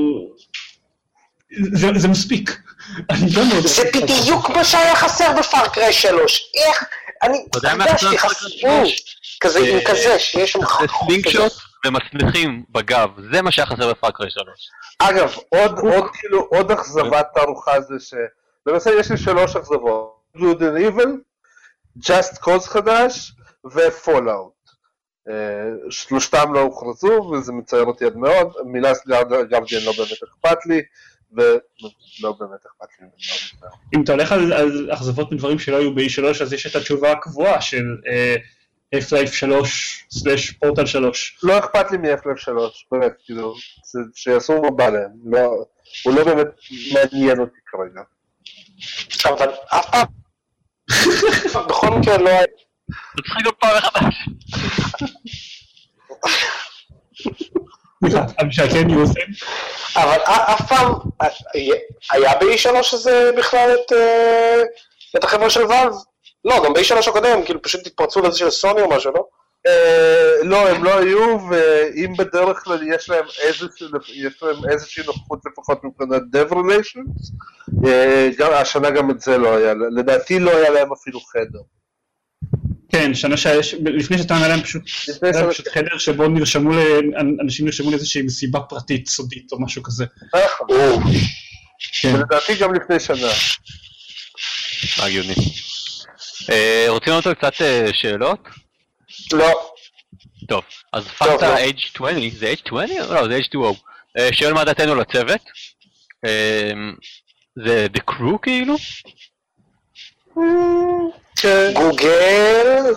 זה מספיק. זה בדיוק מה שהיה חסר בפארקריי 3. איך? אני הרגשתי חסרו. כזה עם כזה, שיש שם סלינג שוט ומצליחים בגב, זה מה שהיה חסר בפארקריי 3. אגב, עוד אכזבת תערוכה זה ש... למעשה יש לי 3 אכזבות. Good and Evil, Just Cause חדש ופולאאוט. שלושתם לא הוכרזו וזה מצייר אותי עד מאוד. מילאס גרדיאן לא באמת אכפת לי ולא באמת אכפת לי. אם אתה הולך על אכזבות מדברים שלא היו ב-E3 אז יש את התשובה הקבועה של Half-Life 3/Portal 3. לא אכפת לי מ-Half-Life 3, באמת, כאילו, שיעשו מה בא להם, הוא לא באמת מעניין אותי כרגע. אבל אף פעם, בכל מקרה לא היה... תצחיק עוד פעם מחדש. כן יוסף. אבל אף פעם, היה ב-E3 הזה בכלל את החברה של ואלב? לא, גם ב-E3 הקודם, כאילו פשוט התפרצו לזה של סוני או משהו, לא? לא, הם לא היו, ואם בדרך כלל יש להם איזושהי נוכחות לפחות מבחינת Dev Relations, השנה גם את זה לא היה, לדעתי לא היה להם אפילו חדר. כן, לפני שנתיים היה להם פשוט חדר שבו אנשים נרשמו לאיזושהי מסיבה פרטית, סודית או משהו כזה. ולדעתי גם לפני שנה. הגיוני. רוצים אותו קצת שאלות? לא. טוב, אז פאקטה H20, זה H20? לא, זה H2O. שואל מה דעתנו לצוות. זה The Crew כאילו? גוגל.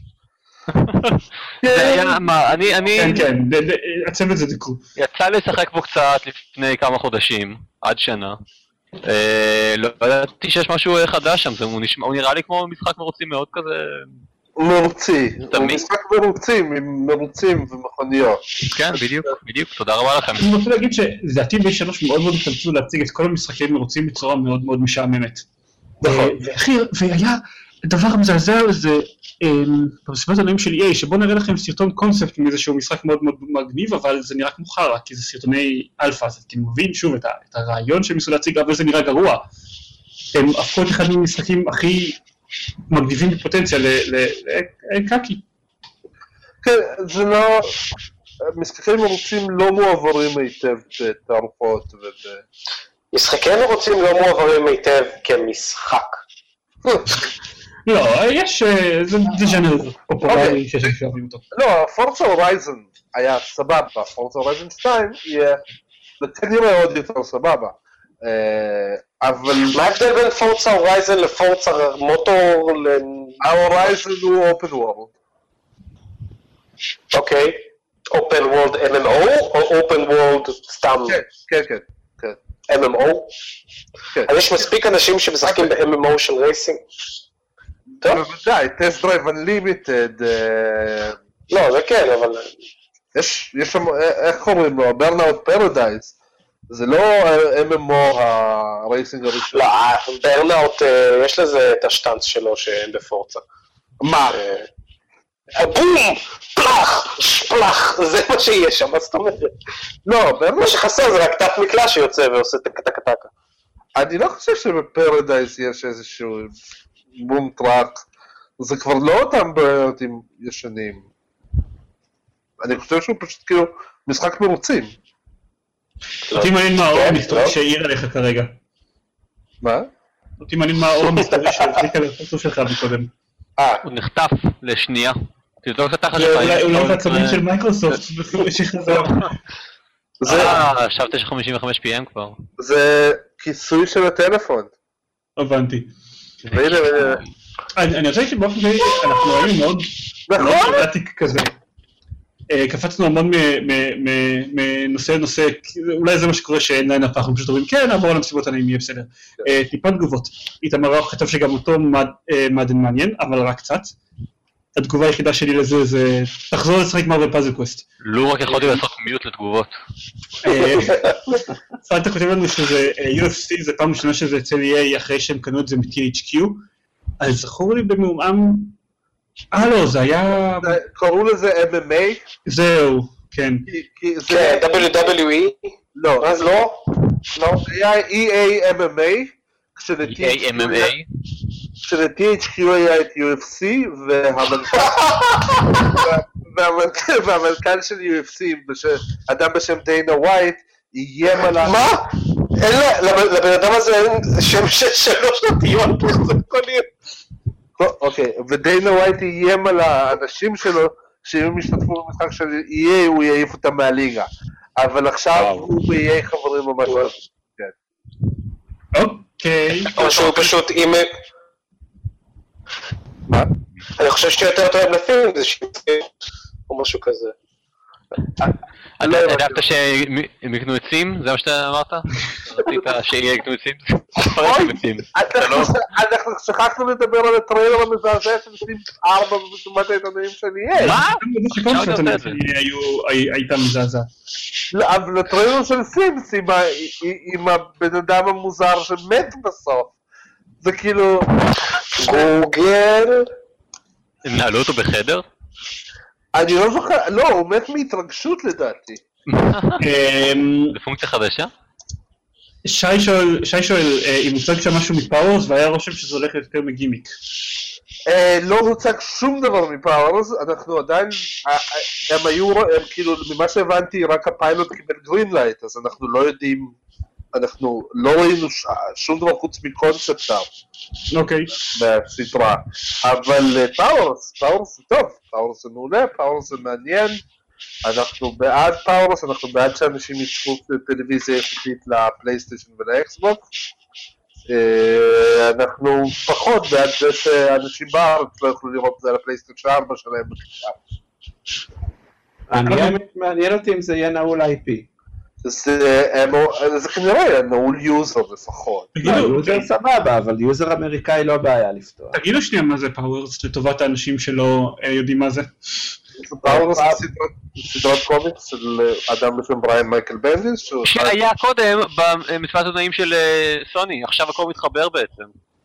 זה היה, מה, אני... כן, הצוות זה The Crew. יצא לשחק בו קצת לפני כמה חודשים, עד שנה. לא ידעתי שיש משהו חדש שם, הוא נראה לי כמו משחק מרוצים מאוד כזה... מרוצי, הוא משחק מרוצים ומכוניות. כן, בדיוק, תודה רבה לכם. אני רוצה להגיד שלדעתי ב3 מאוד מאוד התאמצו להציג את כל המשחקים מרוצים בצורה מאוד מאוד משעממת. והיה דבר מזעזע לזה במסיבת העיתונאים של EA, שבוא נראה לכם סרטון קונספט מאיזשהו משחק מאוד מאוד מגניב, אבל זה נראה כמו חרא, כי זה סרטוני אלפא, אז אתם מבינים שוב את הרעיון שהם ניסו להציג, אבל זה נראה גרוע. הם הפכו את אחד מהמשחקים הכי מגניבים בפוטנציה לקאקי. כן, זה לא... משחקים מרוצים לא מועברים היטב בתערוכות משחקים מרוצים לא מועברים היטב כמשחק. לא, יש... זה ז'אנר פופולרי שיש שאוהבים אותו. לא, פורצה הורייזן היה סבבה, פורצה הורייזן 2 יהיה כנראה עוד יותר סבבה. אבל... מה ההבדל בין פורצה הורייזן לפורצה מוטור? ההורייזן הוא אופן וורד. אוקיי. אופן וורד MMO או אופן וורד סתם? כן. MMO? אז יש מספיק אנשים שמשחקים ב-MMO של רייסינג? טוב? בוודאי, טסט דרייב אנלימיטד. לא, זה כן, אבל... יש שם, איך קוראים לו? ברנאוט פרדייז. זה לא MMO הרייסינג הראשון. לא, ברנאוט, יש לזה את השטנץ שלו שאין בפורצה. מה? בום! פלח! זה מה שיש שם, מה זאת אומרת? לא, מה שחסר זה רק תת מקלע שיוצא ועושה טקה. אני לא חושב שבפרדייז יש איזשהו בום טראק. זה כבר לא אותם בעייתים ישנים. אני חושב שהוא פשוט כאילו משחק מרוצים. אותי מעניין מה האור המסתורי שהעיר עליך כרגע. מה? אותי מעניין מה האור המסתורי שהחזיק על הפרצוף שלך מקודם. הוא נחטף לשנייה. תבדוק את התחת שלך. אולי בעצבים של מייקרוסופט שחזר. עכשיו 9:55 PM כבר. זה כיסוי של הטלפון. הבנתי. והנה. אני רוצה שבאופן כזה אנחנו היינו מאוד פרטիկ כזה. קפצנו המון מנושא לנושא, אולי זה מה שקורה שאין ליין הפך, אנחנו פשוט אומרים כן, נעבור על המסיבות הנעים, יהיה בסדר. טיפה תגובות. איתמר רוח כתב שגם אותו מדן מעניין, אבל רק קצת. התגובה היחידה שלי לזה זה, תחזור לשחק מרוויל פאזל קווסט. לא רק יכולתי לעשות מיוט לתגובות. אתה כותב לנו שזה UFC, זה פעם ראשונה שזה אצל EA אחרי שהם קנו את זה מ-THQ, אז זכור לי במעומעם, לא, זה היה... קראו לזה MMA? זהו, כן. כן, WWE? לא. אז לא? לא. זה היה EA MMA, EA MMA? כשל-THQ היה את UFC, והמנכ"ל של UFC, אדם בשם דיינה ווייט, איים על... מה? לבן אדם הזה אין שם של 3 שנתיות, זה כל יום. אוקיי, ודיינה ווייט איים על האנשים שלו, שאם הם ישתתפו במשחק של EA, הוא יעיף אותם מהליגה. אבל עכשיו הוא ב-EA חברים ממש לא. אוקיי. או שהוא פשוט אם... מה? אני חושב שיותר טוב לפילם, זה שיפט או משהו כזה. אתה ידעת שהם יקנו עצים? זה מה שאתה אמרת? רצית שיהיה יקנו עצים? אנחנו שכחנו לדבר על הטריילר המזעזע של סים 4 במסיבת העיתונאים של EA. מה? הייתה מזעזע. אבל הטריילר של סימס עם הבן אדם המוזר שמת בסוף. זה כאילו... גוגל? הם נעלו אותו בחדר? אני לא זוכר, לא, הוא מת מהתרגשות לדעתי. זה פונקציה חדשה? שי שואל אם מוצג שם משהו מפאוורס והיה רושם שזה הולך יותר מגימיק. לא הוצג שום דבר מפאוורס, אנחנו עדיין, הם כאילו, ממה שהבנתי, רק הפיילוט קיבל גרין לייט, אז אנחנו לא יודעים, אנחנו לא ראינו שום דבר חוץ מקונספט שם. אוקיי. בסדרה. אבל פאוורס זה טוב, פאוורס זה מעולה, פאוורס זה מעניין, אנחנו בעד פאוורס, אנחנו בעד שאנשים יצפו טלוויזיה איכותית לפלייסטיישן ולאקסבוקס, אנחנו פחות בעד זה שאנשים בארץ לא יכולו לראות את זה על הפלייסטיישן 4 שלהם בקריאה. מעניין אותי אם זה יהיה נעול IP. זה כנראה נעול יוזר לפחות. יוזר סבבה, אבל יוזר אמריקאי לא בעיה לפתוח. תגידו שנייה מה זה פאוורס לטובת האנשים שלא יודעים מה זה. פאוורס זה סדרת קומיקס של אדם בשם בריין מייקל בנדיס שהיה קודם במסיבת עיתונאים של סוני, עכשיו הכל מתחבר בעצם.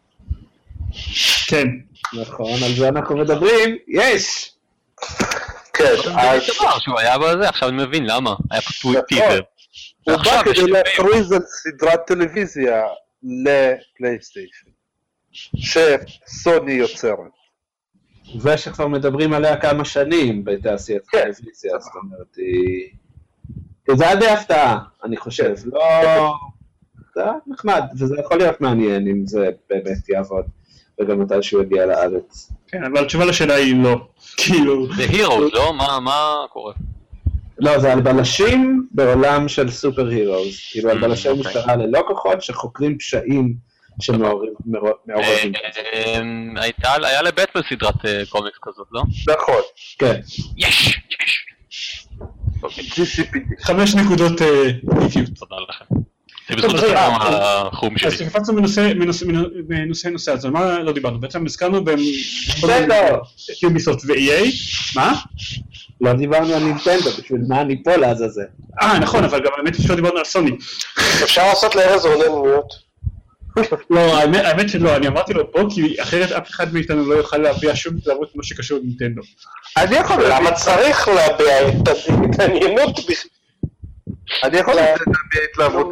כן. נכון, על זה אנחנו מדברים, יש! כן, שהוא היה בזה, עכשיו אני מבין למה, היה פתוי טיזר. הוא בא כדי להכריז על סדרת טלוויזיה לפלייסטיישן שסוני יוצרת. ושכבר מדברים עליה כמה שנים בתעשיית טלוויזיה, זאת אומרת, זה היה די הפתעה, אני חושב, לא... זה נחמד, וזה יכול להיות מעניין אם זה באמת יעבוד, וגם מתי שהוא יגיע לארץ. כן, אבל התשובה לשאלה היא לא, כאילו... זה הירוס, לא? מה קורה? לא, זה על בלשים בעולם של סופר הירוס, כאילו על בלשי משטרה ללא כוחות שחוקרים פשעים שמעורבים. היה לבטמן סדרת קומיקס כזאת, לא? נכון. כן. יש! 5 נקודות איטיות. תודה לכם. זה בזכות החום שלי. אז קפצנו מנושא, אז על מה לא דיברנו? בעצם הזכרנו ביוביסופט ו-EA, מה? לא דיברנו על נינטנדו, בשביל מה אני פה לעזאזל. נכון, אבל גם האמת שלא דיברנו על סוני. אפשר לעשות לארז רוננויות. לא, האמת שלא, אני אמרתי לו פה, כי אחרת אף אחד מאיתנו לא יוכל להביע שום התלהבות כמו שקשור לנינטנדו. אני יכול להביע... למה צריך להביע התעניינות בכלל? אני יכול להביע התלהבות.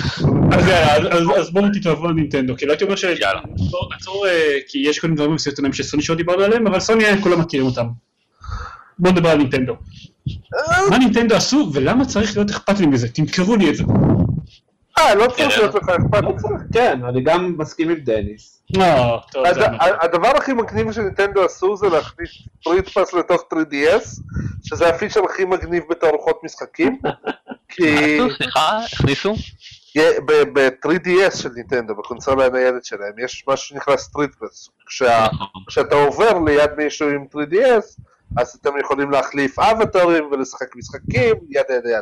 אז בואו תתלהבו על נינטנדו, כי לא הייתי אומר לעצור, כי יש כל מיני דברים מסוימים של סוני שעוד דיברנו עליהם, אבל סוני כולם מכירים אותם. בואו נדבר על נינטנדו. מה נינטנדו עשו ולמה צריך להיות אכפת לי מזה? תמכרו לי את זה. לא צריך להיות לך אכפת. כן, אני גם מסכים עם דניס. הדבר הכי מגניב שנינטנדו עשו זה להכניס סטריט פאס לתוך 3DS, שזה הפיצ'ר הכי מגניב בתערוכות משחקים. סליחה, הכניסו? ב-3DS של נינטנדו, בקונסולה הניידת שלהם, יש משהו שנקרא סטריט פאס. כשאתה עובר ליד מישהו עם 3DS, אז אתם יכולים להחליף אבטרים ולשחק משחקים, ידה.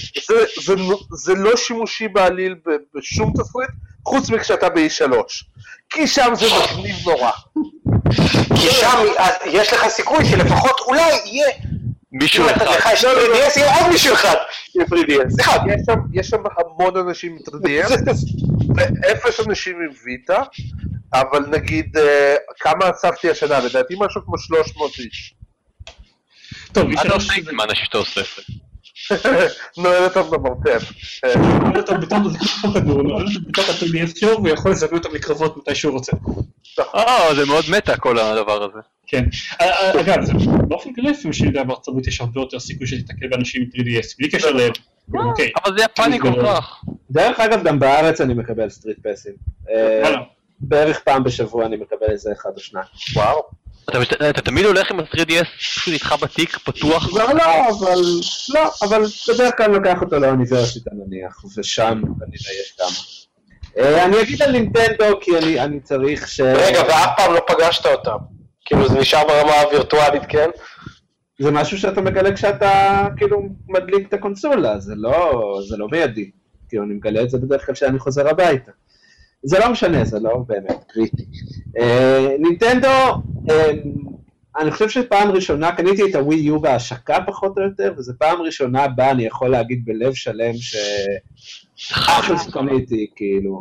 זה לא שימושי בעליל בשום תסריט, חוץ מכשאתה ב-E3. כי שם זה מגניב נורא. כי שם יש לך סיכוי שלפחות אולי יהיה... מישהו אחד. לך יש 3DS, יהיה עוד מישהו אחד עם 3DS. אחד. יש שם המון אנשים עם 3DS, ואפס אנשים עם ויטה, אבל נגיד, כמה אספתי השנה? לדעתי משהו כמו 300 איש. טוב, אתה עושה את זה מה אנשים שאתה אוסף. נועל אותם במרתף. נועל אותם בתוך כדור, נועל אותם בתוך ה-3DS שלו, ויכול לזמן אותם לקרבות מתי שהוא רוצה. זה מאוד מטה כל הדבר הזה. כן. אגב, זה באופן כללי, לפעמים שידע בארצות הברית יש הרבה יותר סיכוי שתתקל באנשים עם 3DS, בלי קשר ל... אבל זה יפני כל כך. דרך אגב, גם בארץ אני מקבל סטריט פסים. בערך פעם בשבוע אני מקבל איזה 1 או 2. וואו. אתה תמיד הולך עם ה-3DS שהוא איתך בתיק, פתוח? לא, אבל בדרך כלל לוקח אותו לאוניברסיטה נניח, ושם כנראה יש כמה. אני אגיד על נינטנדו כי אני צריך ש... רגע, ואף פעם לא פגשת אותם. כאילו זה נשאר ברמה הווירטואלית, כן? זה משהו שאתה מגלה כשאתה כאילו מדליק את הקונסולה, זה לא בידי. כאילו אני מגלה את זה בדרך כלל כשאני חוזר הביתה. זה לא משנה, זה לא באמת קריטי. נינטנדו, אני חושב שפעם ראשונה, קניתי את הווי יו בהשקה פחות או יותר, וזו פעם ראשונה בה אני יכול להגיד בלב שלם אחלה שקניתי, כאילו.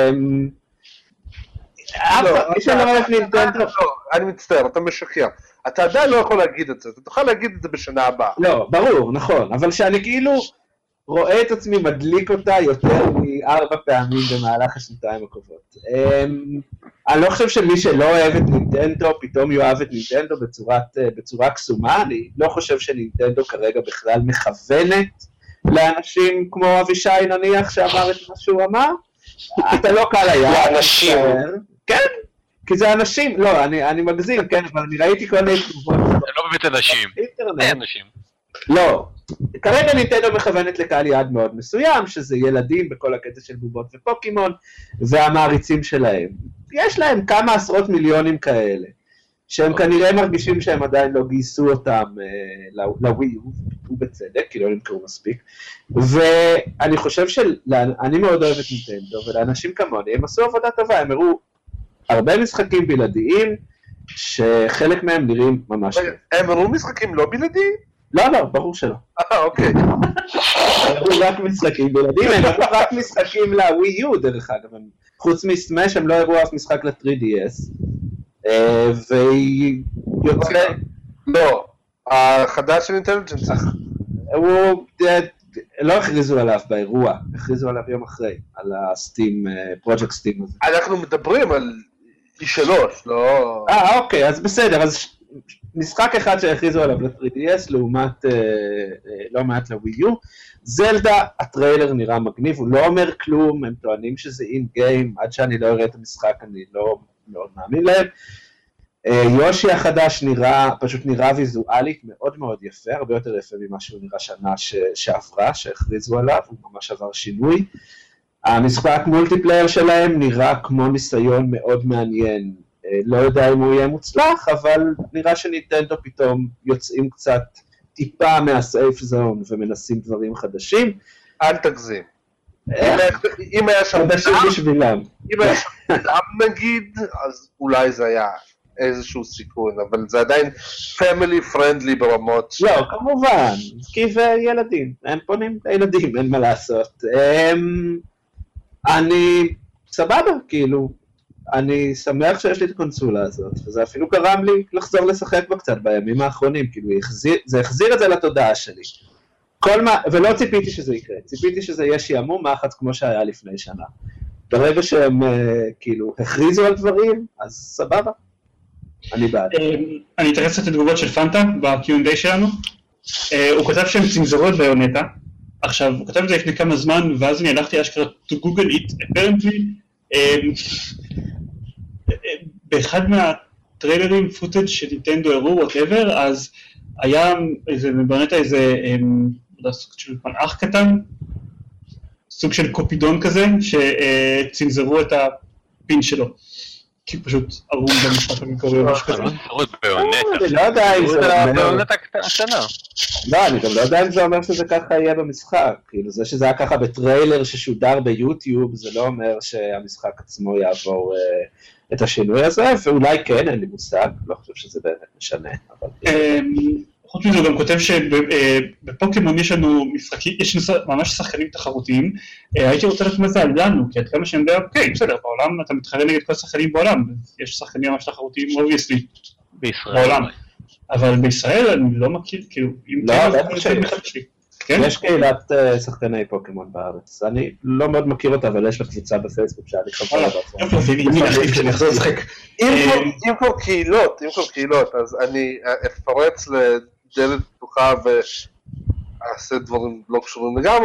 מי שלא אוהב נינטנדו... אני מצטער, אתה משקר. אתה עדיין לא יכול להגיד את זה, אתה תוכל להגיד את זה בשנה הבאה. לא, ברור, נכון, אבל שאני כאילו... רואה את עצמי מדליק אותה יותר מ4 פעמים במהלך השנתיים הקרובות. אני לא חושב שמי שלא אוהב את נינטנדו, פתאום יאהב את נינטנדו בצורה קסומה, אני לא חושב שנינטנדו כרגע בכלל מכוונת לאנשים כמו אבישי נניח שאמר את מה שהוא אמר, אתה לא קל היה. לאנשים. כן, כי זה אנשים, לא, אני מגזים, כן, אבל אני ראיתי כל מיני תגובות. זה לא באמת אנשים. אין אנשים. לא, כרגע נינטנדו מכוונת לקהל יעד מאוד מסוים, שזה ילדים בכל הקטע של בובות ופוקימון, והמעריצים שלהם. יש להם כמה עשרות מיליונים כאלה, שהם כנראה מרגישים שהם עדיין לא גייסו אותם לווי, ובצדק, כי לא נמכרו מספיק, ואני חושב שאני מאוד אוהב את נינטנדו, ולאנשים כמוני, הם עשו עבודה טובה, הם הראו הרבה משחקים בלעדיים, שחלק מהם נראים ממש טוב. הם הראו משחקים לא בלעדיים? לא, ברור שלא. אוקיי. הם הראו רק משחקים בלעדיים, הם הראו רק משחקים לווי יו, דרך אגב, חוץ מסמש הם לא הראו אף משחק ל-3DS, והיא יוצא... לא, החדש של אינטליג'נס. הוא... לא הכריזו עליו באירוע, הכריזו עליו יום אחרי, על הסטים, פרויקט סטים הזה. אנחנו מדברים על E3, לא... אוקיי, אז בסדר, אז משחק אחד שהכריזו עליו ל-3DS, לעומת לא מעט לווי יו, זלדה, הטריילר נראה מגניב, הוא לא אומר כלום, הם טוענים שזה אין גיים, עד שאני לא אראה את המשחק אני לא מאוד מאמין להם. יושי החדש פשוט נראה ויזואלית מאוד מאוד יפה, הרבה יותר יפה ממה שהוא נראה שנה שעברה, שהכריזו עליו, הוא ממש עבר שינוי. המשחק מולטיפלייר שלהם נראה כמו ניסיון מאוד מעניין, לא יודע אם הוא יהיה מוצלח, אבל נראה שנינטנדו פתאום יוצאים קצת טיפה מהסייף זון ומנסים דברים חדשים. אל תגזים. אם היה שם חדשים בשבילם. אם היה שם נגיד, אז אולי זה היה איזשהו סיכון, אבל זה עדיין family friendly ברמות. לא, כמובן, כי וילדים, הם פונים לילדים, אין מה לעשות. אני סבבה, כאילו, אני שמח שיש לי את הקונסולה הזאת, וזה אפילו גרם לי לחזור לשחק בה קצת בימים האחרונים, כאילו זה החזיר את זה לתודעה שלי. ולא ציפיתי שזה יקרה, ציפיתי שזה יהיה שיעמום מאחץ כמו שהיה לפני שנה. ברגע שהם כאילו הכריזו על דברים, אז סבבה. אני בעד. אני אתייחס את התגובות של פנטה ב-Q&A שלנו. הוא כתב שהם צנזרו את ביונטה. עכשיו, הוא כתב את זה לפני כמה זמן, ואז אני הלכתי אשכרה to Google it, apparently, באחד מהטריילרים, פוטאג' של נינטנדו הראו, whatever, אז היה בביונטה איזה סוג של מלאך קטן, סוג של קופידון כזה, שצנזרו את הפין שלו. כי פשוט ערום במשחק המקורי או משהו כזה. אני לא יודע אם זה אומר... ביונטה קטנה. לא, אני גם לא יודע אם זה אומר שזה ככה יהיה במשחק. כאילו זה שזה היה ככה בטריילר ששודר ביוטיוב, זה לא אומר שהמשחק עצמו יעבור את השינוי הזה, ואולי כן, אין לי מושג, לא חושב שזה באמת משנה. חוץ מזה הוא גם כותב שבפוקימון יש לנו משחקים, יש ממש שחקנים תחרותיים, הייתי רוצה לדעת מה זה עלינו, כי עד כמה שאני יודע, אוקיי, בסדר, בעולם אתה מתחרה נגד כל השחקנים בעולם, יש שחקנים ממש תחרותיים, obviously, בעולם, אבל בישראל אני לא מכיר, כאילו, אם יש קהילת שחקני פוקימון בארץ, אני לא מאוד מכיר אותה, אבל יש לה קבוצה בפייסבוק שאני חבר אם כבר קהילות, אז אני אפרץ לדלת פתוחה ואעשה דברים לא קשורים לגמרי.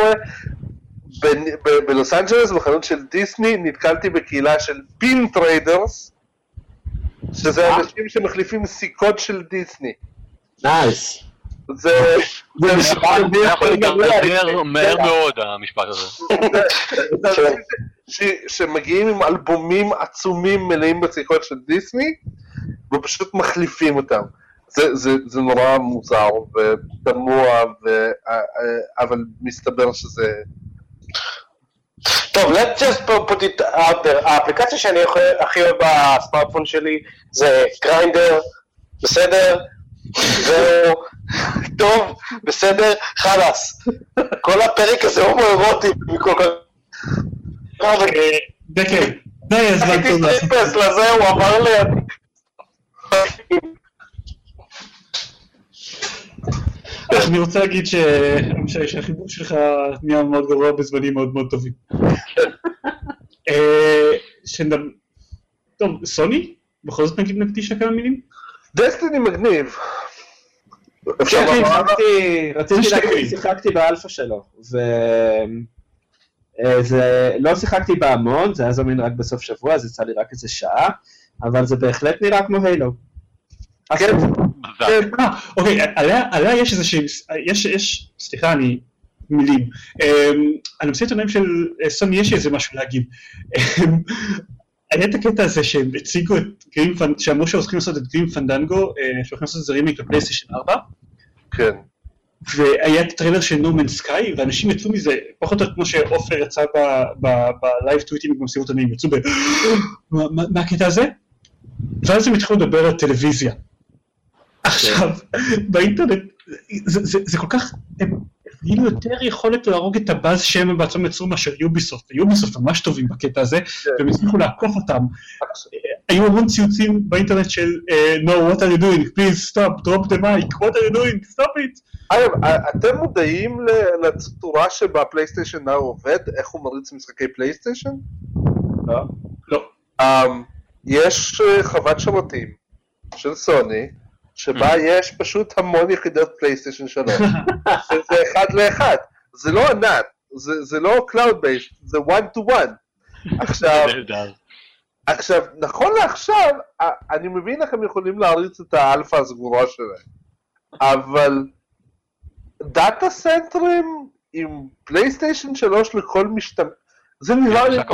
בלוס אנג'לס, בחנות של דיסני, נתקלתי בקהילה של פין טריידרס, שזה אנשים שמחליפים סיכות של דיסני. נייס. זה יכול להתדרדר מהר מאוד המשפט הזה. שמגיעים עם אלבומים עצומים מלאים בשיחות של דיסני ופשוט מחליפים אותם. זה נורא מוזר ותמוה, אבל מסתבר שזה... טוב, let's just put it out there. האפליקציה שאני הכי אוהב בסמארטפון שלי זה גריינדר, בסדר? זהו, טוב, בסדר, חלאס. כל הפרק הזה הוא אירוטי מכל כך... דקל, די הזמן טוב לעשות. לזה, הוא אמר לי... אני רוצה להגיד שהחיבור שלך נהיה מאוד גרוע בזמנים מאוד מאוד טובים. טוב, סוני? בכל זאת נקדיש כמה מילים? דסטיני מגניב. רציתי להגיד, שיחקתי באלפא שלו, לא שיחקתי בהמון, זה היה זמין רק בסוף שבוע, אז יצא לי רק איזה שעה, אבל זה בהחלט נראה כמו הילו. כן. אוקיי, עליה יש איזושהי, סליחה, מילים. על המסיבת עיתונאים של סוני יש איזה משהו להגיד. היה את הקטע הזה שהם הציגו את שאמרו שהולכים לעשות את גרים פנדנגו, שהולכים לעשות את זה רימיק לפלייסטיישן 4. כן. והיה את הטריילר של No Man's Sky, ואנשים יצאו מזה, פחות או יותר כמו שאופר יצא בלייב טוויטינג במסיבות עיתונאים, יצאו מה הקטע הזה? ואז הם התחילו לדבר על טלוויזיה. עכשיו, באינטרנט, זה כל כך, יהיו יותר יכולת להרוג את הבאז שהם בעצמם יצרו מאשר יוביסופט, ויוביסופט ממש טובים בקטע הזה, והם הצליחו לעקוף אותם. היו המון ציוצים באינטרנט של No, what are you doing? Please stop, drop the mic, what are you doing? Stop it. אתם מודעים לצורה שבה פלייסטיישן נאו עובד? איך הוא מריץ משחקי פלייסטיישן? לא. יש חוות שרתים של סוני, שבה יש פשוט המון יחידות פלייסטיישן 3. זה אחד לאחד. זה לא ענן, זה לא cloud based, זה one to one. עכשיו, נכון לעכשיו, אני מבין איך הם יכולים להריץ את האלפא הסגורה שלהם, אבל דאטה סנטרים עם פלייסטיישן 3 לכל משתמש, זה נראה לי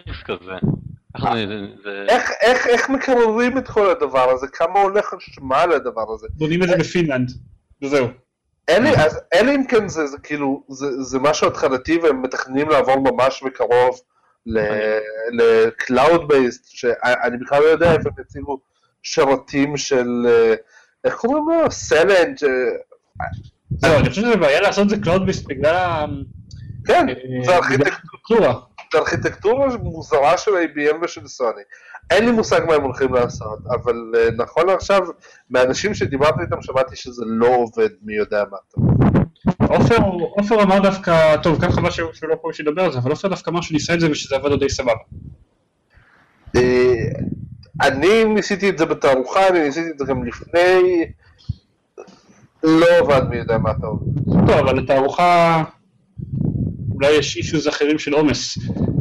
איך מקררים את כל הדבר הזה, כמה הולך חשמל לדבר הזה. בונים את זה בפינלנד, וזהו. אלא אם כן זה כאילו, זה משהו התחלתי והם מתכננים לעבור ממש בקרוב ל-cloud based, שאני בכלל לא יודע איפה הם יציגו שרתים של, איך קוראים לו? סלנג'. לא, אני חושב שזה בעיה לעשות את זה cloud based בגלל כן, זה ארכיטקטורה מוזרה של IBM ושל סוני. אין לי מושג מה הם הולכים לעשות, אבל נכון עכשיו, מהאנשים שדיברתי איתם שמעתי שזה לא עובד מי יודע מה טוב. אופר אמר דווקא, טוב, כאן חבל שהוא לא פה שידבר על זה, אבל אופר דווקא אמר שהוא ניסה את זה ושזה עבד עוד די סבבה. אני ניסיתי את זה בתערוכה, אני ניסיתי את זה גם לפני, לא עבד מי יודע מה טוב. טוב, אבל לתערוכה אולי יש אישוז אחרים של עומס.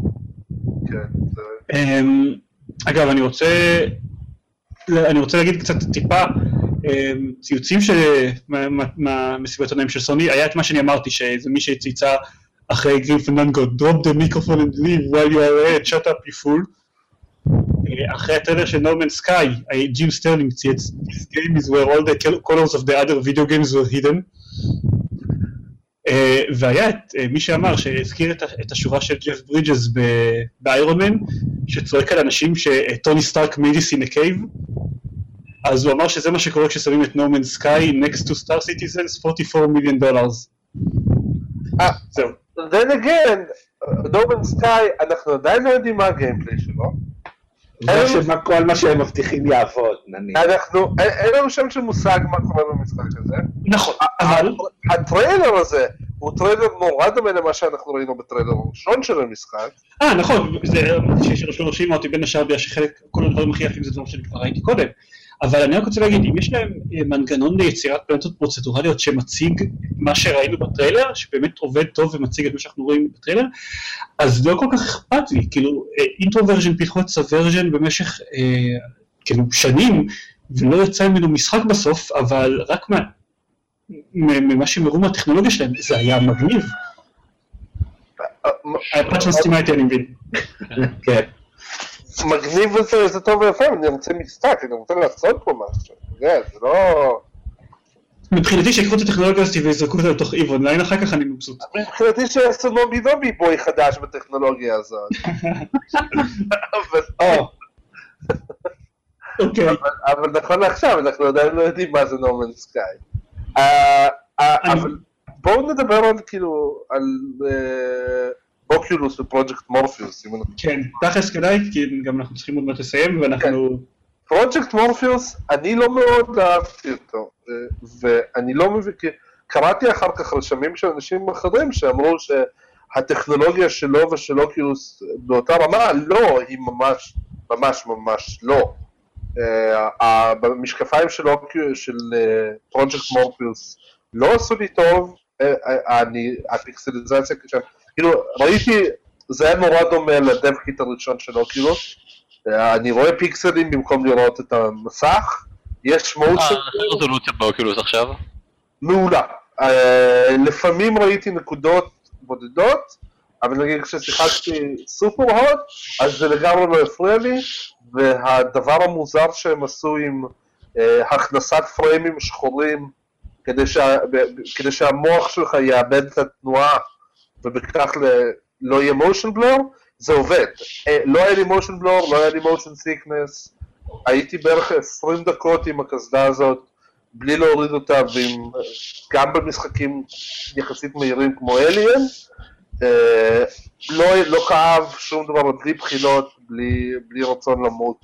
כן. אגב, אני רוצה להגיד קצת טיפה, ציוצים מהמסיבת עיתונאים של סוני, היה את מה שאני אמרתי, שזה מי שצייצה אחרי גרים פנדנגו, drop the microphone and leave while you are at, shut up you fool. אחרי הטריילר של No Man's Sky, ג'ים סטרלינג צייץ, this game is where all the colors of the other video games were hidden. והיה את מי שאמר, שהזכיר את השורה של ג'ף ברידג'ס באיירון מן, שצועק על אנשים שטוני סטארק made this in a cave, אז הוא אמר שזה מה שקורה כששמים את No Man's Sky next to Star Citizens, $44 million. זהו. Then again, No Man's Sky, אנחנו עדיין לא יודעים מה הגיימפליי שלו. כל מה שהם מבטיחים יעבוד, נניח. אין לנו שם של מושג מה קורה במשחק הזה. נכון, אבל הטריילר הזה הוא טריילר נורא דומה למה שאנחנו ראינו בטריילר הראשון של המשחק. נכון, זה שרשים אותי בין השאר בגלל שחלק, כל הדברים הכי יפים זה דברים שאני כבר ראיתי קודם, אבל אני רק רוצה להגיד, אם יש להם מנגנון ליצירת פלנטות פרוצדורליות שמציג מה שראינו בטריילר, שבאמת עובד טוב ומציג את מה שאנחנו רואים בטריילר, אז לא כל כך אכפת לי, כאילו אינטרוורז'ן פיתחו את סוורז'ן במשך כאילו שנים, ולא יצא ממנו משחק בסוף, אבל רק ממה שהם הראו מהטכנולוגיה שלהם, זה היה מגניב. הפאצ' מסתימה איתי, אני מבין. כן. מגניב וזה טוב ויפה, אני רוצה משחק, אני רוצה לעשות פה משהו, זה לא... מבחינתי שיקחו את הטכנולוגיה הזאת ויזרקו אותה לתוך איב אונליין, אחר כך אני מבסוט. מבחינתי שיעשו נובי בוי חדש בטכנולוגיה הזאת. אבל נכון לעכשיו, אנחנו עדיין לא יודעים מה זה No Man's Sky. אבל בואו נדבר על כאילו, על אוקיולוס ופרויקט מורפיוס. כן, תכלס כדאי, כי גם אנחנו צריכים עוד מעט לסיים, ואנחנו... פרויקט מורפיוס, אני לא מאוד אהבתי אותו, ואני לא מבין, קראתי אחר כך רשמים של אנשים אחרים שאמרו שהטכנולוגיה שלו ושל אוקיולוס באותה רמה, לא, היא ממש לא. במשקפיים של פרויקט מורפיוס לא עשו לי טוב, הפיקסליזציה כשם, כאילו ראיתי, זה היה נורא דומה לדב-קיט הראשון של אוקיולוס, אני רואה פיקסלים במקום לראות את המסך, יש מהות של... איך רזולוציה באוקיולוס עכשיו? מעולה, לפעמים ראיתי נקודות בודדות, אבל נגיד כששיחקתי סופר הוט, אז זה לגמרי לא הפריע לי, והדבר המוזר שהם עשו עם הכנסת פריימים שחורים, כדי שהמוח שלך יאבד את התנועה, ובכך לא יהיה מושן בלור, זה עובד. לא היה לי מושן בלור, לא היה לי מושן סיקנס, הייתי בערך 20 דקות עם הקסדה הזאת, בלי להוריד אותה, גם במשחקים יחסית מהירים כמו אליאן, לא כאב שום דבר, בלי בחילות, בלי רצון למות.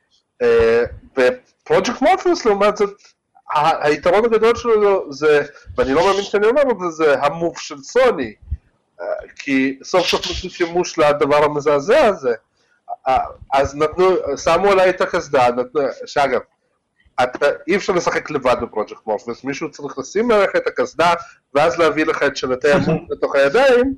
ופרויקט מורפיוס לעומת זאת, היתרון הגדול שלו זה, ואני לא מאמין שאני אומר את זה, זה המוב של סוני, כי סוף סוף נתנו שימוש לדבר המזעזע הזה, אז שמו עליי את הקסדה, שאגב, אי אפשר לשחק לבד בפרויקט מורפיוס, מישהו צריך לשים עליך את הקסדה, ואז להביא לך את שלטי המוב לתוך הידיים.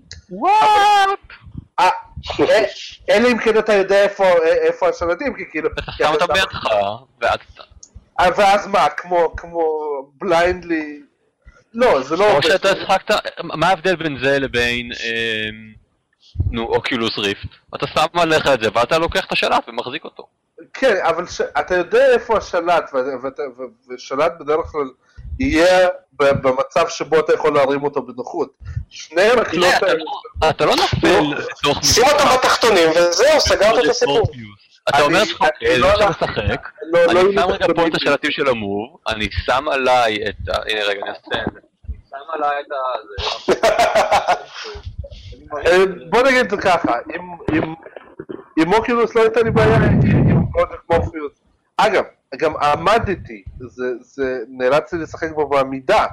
אין לי אם כן אתה יודע איפה השלטים, כי כאילו... אתה שם אותם בידך, ואז מה, כמו בליינדלי... לא, זה לא... או שאתה שחקת... מה ההבדל בין זה לבין... אוקיולוס ריפט? אתה שם עליך את זה, ואתה לוקח את השלט ומחזיק אותו. כן, אבל אתה יודע איפה השלט, ושלט בדרך כלל יהיה במצב שבו אתה יכול להרים אותו בנוחות. שניהם הקלות... אתה לא נופל... שים אותו בתחתונים, וזהו, סגרת את הסיפור. אתה אומר לך, לא לשחק, אני שם רגע פה את השלטים של המוב, אני שם עליי את ה... הנה רגע, אני אעשה את זה. אני שם עליי את ה... בוא נגיד את זה ככה, עם אוקיולוס לא הייתה לי בעיה עם פרויקט מורפיוס. אגב, גם עמדתי, נאלצתי לשחק בו בעמידה.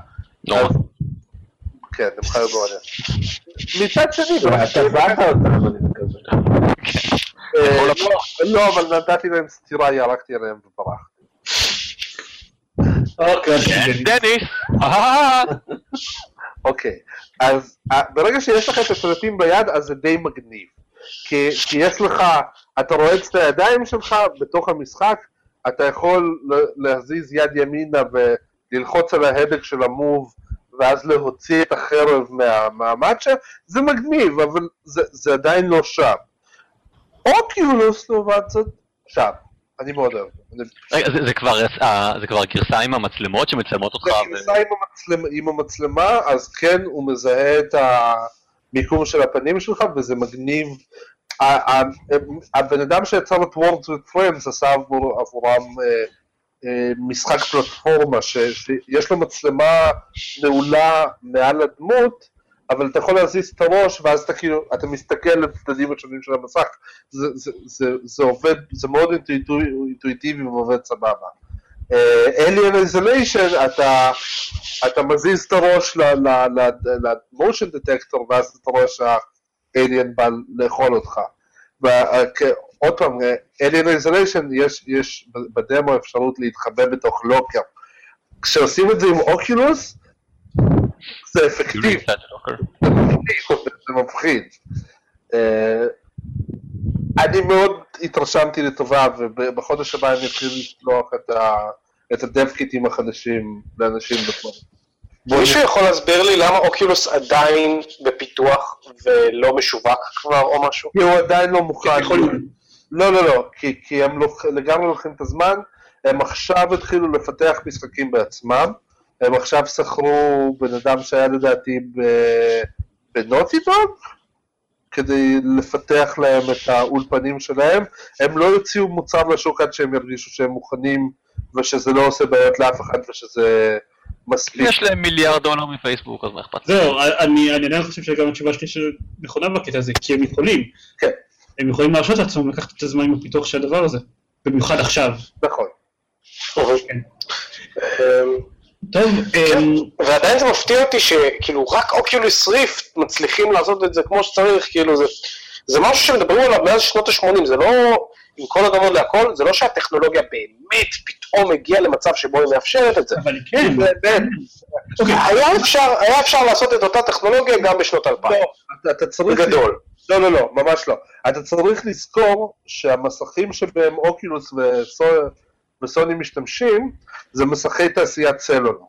כן, זה מחייב בו עליה. מצד שני... אתה באת אותם, אני מקווה. לא, אבל נתתי להם סתירה, ירקתי עליהם וברחתי. דניס! אוקיי, אז ברגע שיש לך את השלטים ביד, אז זה די מגניב. כי יש לך, אתה רואה את הידיים שלך בתוך המשחק, אתה יכול להזיז יד ימינה וללחוץ על ההדק של המוב, ואז להוציא את החרב מהמאמצ'ה, זה מגניב, אבל זה עדיין לא שם. אוקיולוס לעומת זאת, שם. אני מאוד אוהב. זה כבר גרסה עם המצלמות שמצלמות אותך? זה גרסה עם המצלמה, אז כן, הוא מזהה את המיקום של הפנים שלך, וזה מגניב. הבן אדם שיצר את Words with Friends עשה עבורם משחק פלטפורמה, שיש לו מצלמה מעולה מעל הדמות, אבל אתה יכול להזיז את הראש, ואז אתה מסתכל לצדדים השונים של המסך, זה עובד, זה מאוד אינטואיטיבי ועובד סבבה. Alien Isolation, אתה מזיז את הראש ל-motion detector, ואז אתה רואה שהאליין בא לאכול אותך. עוד פעם, Alien Isolation, יש בדמו אפשרות להתחבא בתוך לוקר. כשעושים את זה עם אוקולוס, זה אפקטיבי, זה מפחיד. אני מאוד התרשמתי לטובה, ובחודש הבא אני אתחיל לשלוח את הדב-קיטים החדשים לאנשים בפועל. מישהו יכול להסביר לי למה אוקולוס עדיין בפיתוח ולא משווק כבר או משהו? כי הוא עדיין לא מוכן. לא, כי הם לגמרי לוקחים את הזמן, הם עכשיו התחילו לפתח משחקים בעצמם, הם עכשיו שכרו בן אדם שהיה לדעתי בנוטי-דוג, כדי לפתח להם את האולפנים שלהם, הם לא יוציאו מוצר לשוק עד שהם ירגישו שהם מוכנים, ושזה לא עושה בעיות לאף אחד, ושזה מספיק. יש להם $1 מיליארד מפייסבוק, אז מה אכפת? זהו, אני עדיין חושב שגם התשובה שלי שנכונה בקטע הזה, כי הם יכולים. כן. הם יכולים להרשות לעצמם לקחת את הזמן עם הפיתוח של הדבר הזה, במיוחד עכשיו. נכון. טוב, ועדיין זה מפתיע אותי שכאילו רק אוקיולוס ריפט מצליחים לעשות את זה כמו שצריך, כאילו זה משהו שמדברים עליו מאז שנות ה-80, זה לא, עם כל הכבוד להכל, זה לא שהטכנולוגיה באמת פתאום הגיעה למצב שבו היא מאפשרת את זה. אבל כן. היה אפשר לעשות את אותה טכנולוגיה גם בשנות 2000. לא, אתה צריך... בגדול. לא, ממש לא. אתה צריך לזכור שהמסכים שבהם אוקילוס וסוני משתמשים, זה מסכי תעשיית סלולר.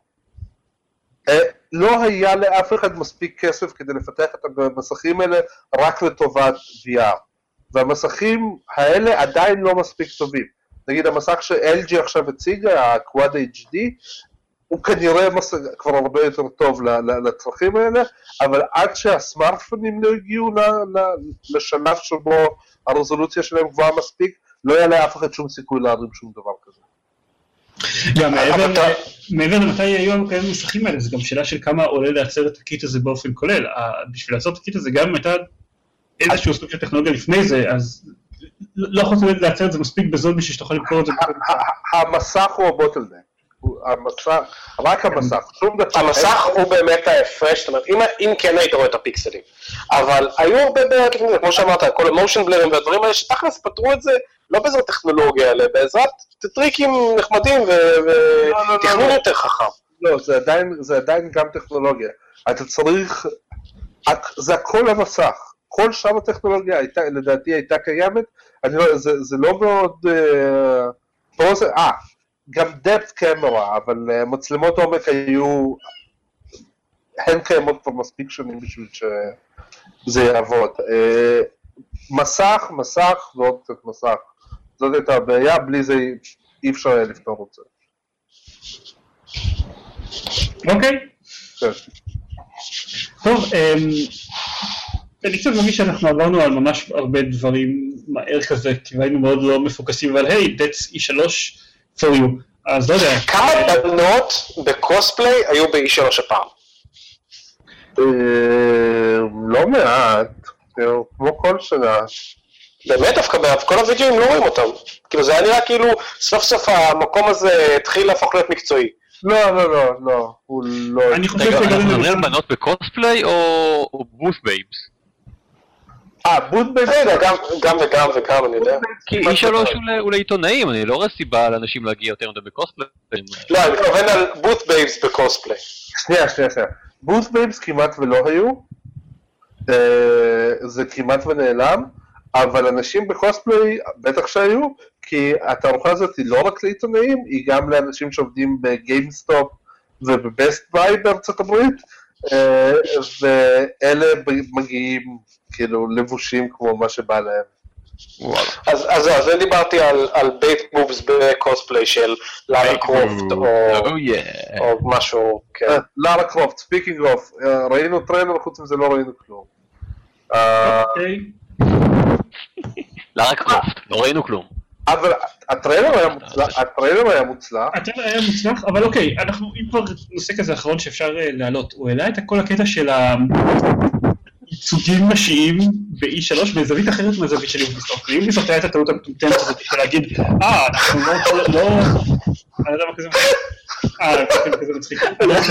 לא היה לאף אחד מספיק כסף כדי לפתח את המסכים האלה רק לטובת VR. והמסכים האלה עדיין לא מספיק טובים. נגיד המסך ש-LG עכשיו הציגה, ה-Quad HD, הוא כנראה כבר הרבה יותר טוב לצרכים האלה, אבל עד שהסמארטפונים לא הגיעו לשלב שבו הרזולוציה שלהם גבוהה מספיק, לא היה לאף אחד שום סיכוי להרים שום דבר כזה. גם מעבר למתי היו כאלה מסכים האלה, זה גם שאלה של כמה עולה לייצר את הקיט הזה באופן כולל. בשביל לעשות את הקיט הזה, גם אם הייתה איזשהו סוג של טכנולוגיה לפני זה, אז לא יכולת לייצר את זה מספיק בזול בשביל שתוכל למכור את זה. המסך הוא הבוטלנק. רק המסך, המסך הוא באמת ההפרש, זאת אומרת, אם כן היית רואה את הפיקסלים, אבל היו הרבה בעיות לפני זה, כמו שאמרת, כל המושן בלרים והדברים האלה, שתכלס פתרו את זה לא בעזרת טכנולוגיה, אלא בעזרת טריקים נחמדים ותכנון יותר חכם. לא, זה עדיין גם טכנולוגיה, אתה צריך, זה הכל המסך, כל שאר הטכנולוגיה לדעתי הייתה קיימת, זה לא מאוד, גם depth camera, אבל מצלמות עומק היו, הן קיימות כבר מספיק שנים בשביל שזה יעבוד. מסך ועוד קצת מסך. זאת הייתה הבעיה, בלי זה אי אפשר היה לפתור את זה. אוקיי. טוב, אני קצת מרגיש שאנחנו עברנו על ממש הרבה דברים מהר כזה, כי היינו מאוד לא מפוקסים, אבל היי, that's E3 for you. אז לא יודע. כמה בנות בקוספליי היו ב-E3 הפעם? לא מעט, כמו כל שנה. באמת, דווקא בכל הווידאוים לא רואים אותם. כאילו זה היה נראה כאילו סוף סוף המקום הזה התחיל להפוך להיות מקצועי. לא, הוא לא... אני חושב אנחנו מדברים על בנות בקוספליי או בוס בייבס? בוס בייבס? גם וגם, אני יודע. כי E3 הוא לעיתונאים, אני לא רואה סיבה לאנשים להגיע יותר מדי בקוספליי. לא, אני מתכוון על בוס בייבס בקוספליי. שנייה. בוס בייבס כמעט ולא היו, זה כמעט ונעלם, אבל אנשים בקוספליי בטח שהיו, כי התערוכה הזאת היא לא רק לעיתונאים, היא גם לאנשים שעובדים בגיימסטופ ובבסט ביי בארצות הברית, ואלה מגיעים כאילו לבושים כמו מה שבא להם. אז אני דיברתי על בייט מובס בקוספליי של לארה קרופט או משהו. לארה קרופט, ספיקינג אוף, ראינו טריילר, חוץ מזה לא ראינו כלום. לארה קרופט, לא ראינו כלום. אבל הטריילר היה מוצלח. הטריילר היה מוצלח, אבל אוקיי, אנחנו, אם כבר נושא כזה אחרון שאפשר להעלות, הוא העלה את כל הקטע של ייצוגים נשיים ב-E3 בזווית אחרת מהזווית של יוביסופט. יוביסופט היה את הטעות המטומטמת הזאת של להגיד, אנחנו לא... אני יודע מה כזה מצחיק.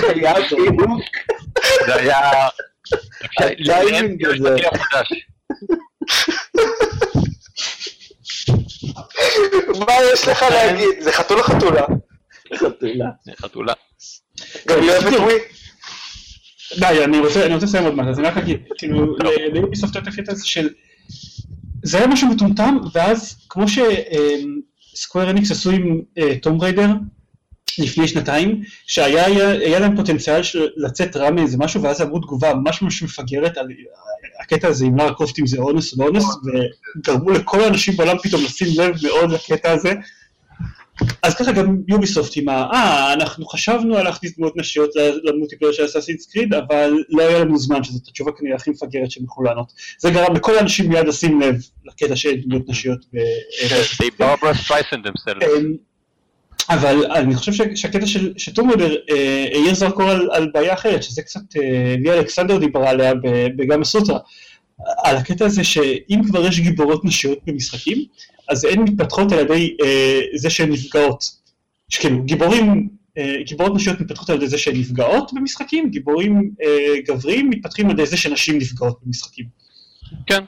זה היה... ליימינג הזה. מה יש לך להגיד? זה חתול או חתולה? חתולה. גם לא אוהבת ווי. די, אני רוצה לסיים עוד מעט, אז אני רק אגיד, כאילו, ליוביסופט היה תפייט הזה של, זה היה משהו מטומטם, ואז כמו שסקוואר אניקס עשו עם טום ריידר, לפני שנתיים, שהיה להם פוטנציאל לצאת רע מאיזה משהו, ואז אמרו תגובה ממש מפגרת על הקטע הזה, אם לארה קרופט אם זה אונס או לא אונס, וגרמו לכל האנשים בעולם פתאום לשים לב מאוד לקטע הזה, אז ככה גם יוביסופט עם אנחנו חשבנו על להכניס דמות נשיות למולטיפלייר של אסאסינס קריד, אבל לא היה לנו זמן, שזאת התשובה כנראה הכי מפגרת שהם יכולו לענות. זה גרם לכל האנשים מיד לשים לב לקטע של דמות נשיות. They Barbara Streisand themselves. אבל אני חושב שהקטע של טום ריידר העיר זרקור על בעיה אחרת, שזה קצת, לי אלכסנדר דיברה עליה בגאמה סוטרה, על הקטע הזה שאם כבר יש גיבורות נשיות במשחקים, אז הן מתפתחות על ידי זה שהן נפגעות. שכאילו, גיבורים גיבורות נשיות מתפתחות על ידי זה שהן נפגעות במשחקים, גיבורים גבריים מתפתחים על ידי זה שנשים נפגעות במשחקים. כן.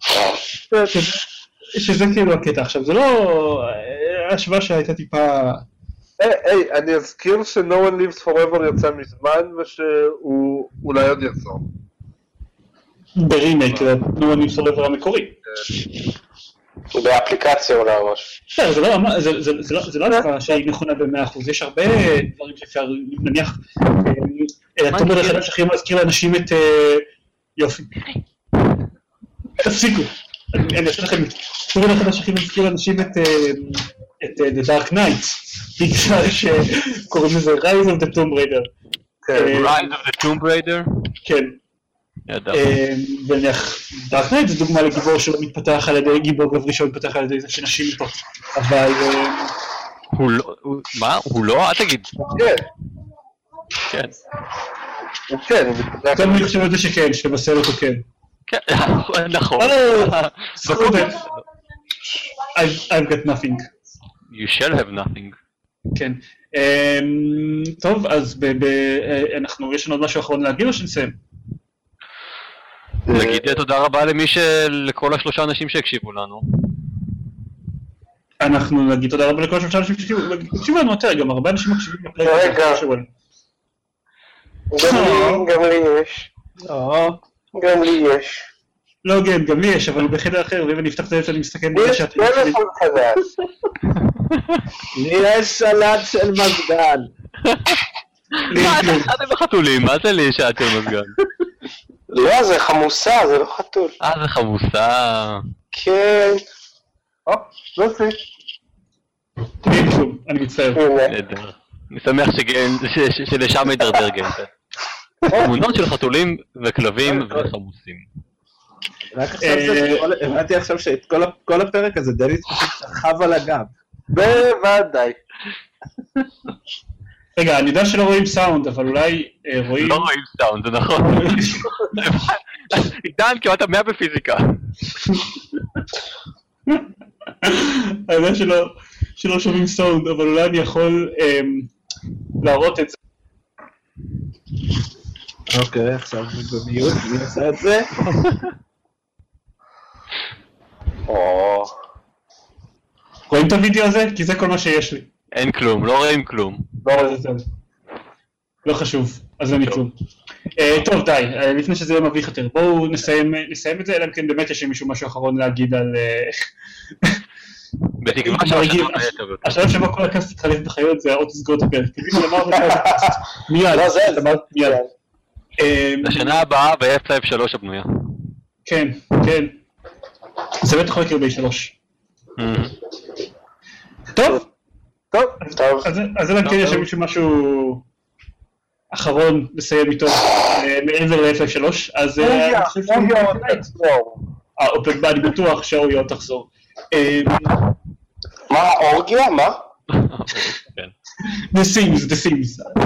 שזה כאילו הקטע. עכשיו, זה לא השוואה שהייתה טיפה... היי, אני אזכיר ש-No One Lives Forever יצא מזמן, ושהוא אולי עוד יחזור. ברימייק, No One Lives Forever המקורי. באפליקציה אולי ממש. זה לא השוואה שהיא נכונה ב100%, יש הרבה דברים שאפשר, נניח, התומר החדש הכי מזכיר לאנשים את... יופי. תפסיקו. אני אעשה לכם, התומר החדש הכי מזכיר לאנשים את The Dark Knight, בגלל שקוראים לזה Rise of the Tomb Raider. Rise of the Tomb Raider? כן. ונניח, דארק נייט זה דוגמה לגיבור שלא מתפתח על ידי גיבור גברי שלא מתפתח על ידי זה שנשים איתו, אבל... מה? הוא לא? אל תגיד. כן. כן. הוא כן, הוא מתפתח. גם אני חושב על זה שכן, שבסרט אותו כן. כן, נכון. I've got nothing. You shall have nothing. כן. טוב, אז יש לנו עוד משהו אחרון להגיד או שנסיים? נגיד תודה רבה לכל השלושה אנשים שהקשיבו לנו. אנחנו נגיד תודה רבה לכל השלושה אנשים שהקשיבו לנו יותר, גם הרבה אנשים מקשיבים לפרק. רגע. גם לי יש. גם לי יש. לא, כן, גם לי יש, אבל הוא בחדר אחר, ואם אני אפתח את זה, אני מסתכל לי יש טלפון חדש. לי יש שלט של מזגן. אתם בחתולים, מה זה לי יש שלט של מזגן? לא, זה חמוסה, זה לא חתול. זה חמוסה. כן. לא זה. אין כלום, אני מצטער. נהדר. אני שמח שלשם ידרדר גיימפד. תמונות של חתולים וכלבים וחמוסים. הבנתי עכשיו שאת כל הפרק הזה דניס פשוט שכב על הגב. בוודאי. רגע, אני יודע שלא רואים סאונד, אבל אולי רואים... לא רואים סאונד, זה נכון. עידן, כמעט 100 בפיזיקה. אני יודע שלא שומעים סאונד, אבל אולי אני יכול להראות את זה. אוקיי, עכשיו במיוט, מי עושה את זה? רואים את הוידאו הזה? כי זה כל מה שיש לי. אין כלום, לא רואים כלום. לא חשוב, אז אין לי כלום. טוב, די, לפני שזה יהיה מביך יותר, בואו נסיים את זה, אלא אם כן באמת יש לי משהו אחרון להגיד על... בתקווה שהשלב היה טוב יותר. השלב שבו כל הקאסט התחלף בחיות זה עוד תסגור את הפרק. כאילו למה זה הקאסט? מיד. לא, זה מיד. לשנה הבאה ב-F3 הבנויה. כן, כן. זה בטח יכול לקרוא ב-3. טוב. אז אלא כן יש מישהו משהו אחרון לסיים איתו מעבר ל-F3, אז אני חושב אני בטוח שהאוריו תחזור. מה, אורגיה? מה? The Sims.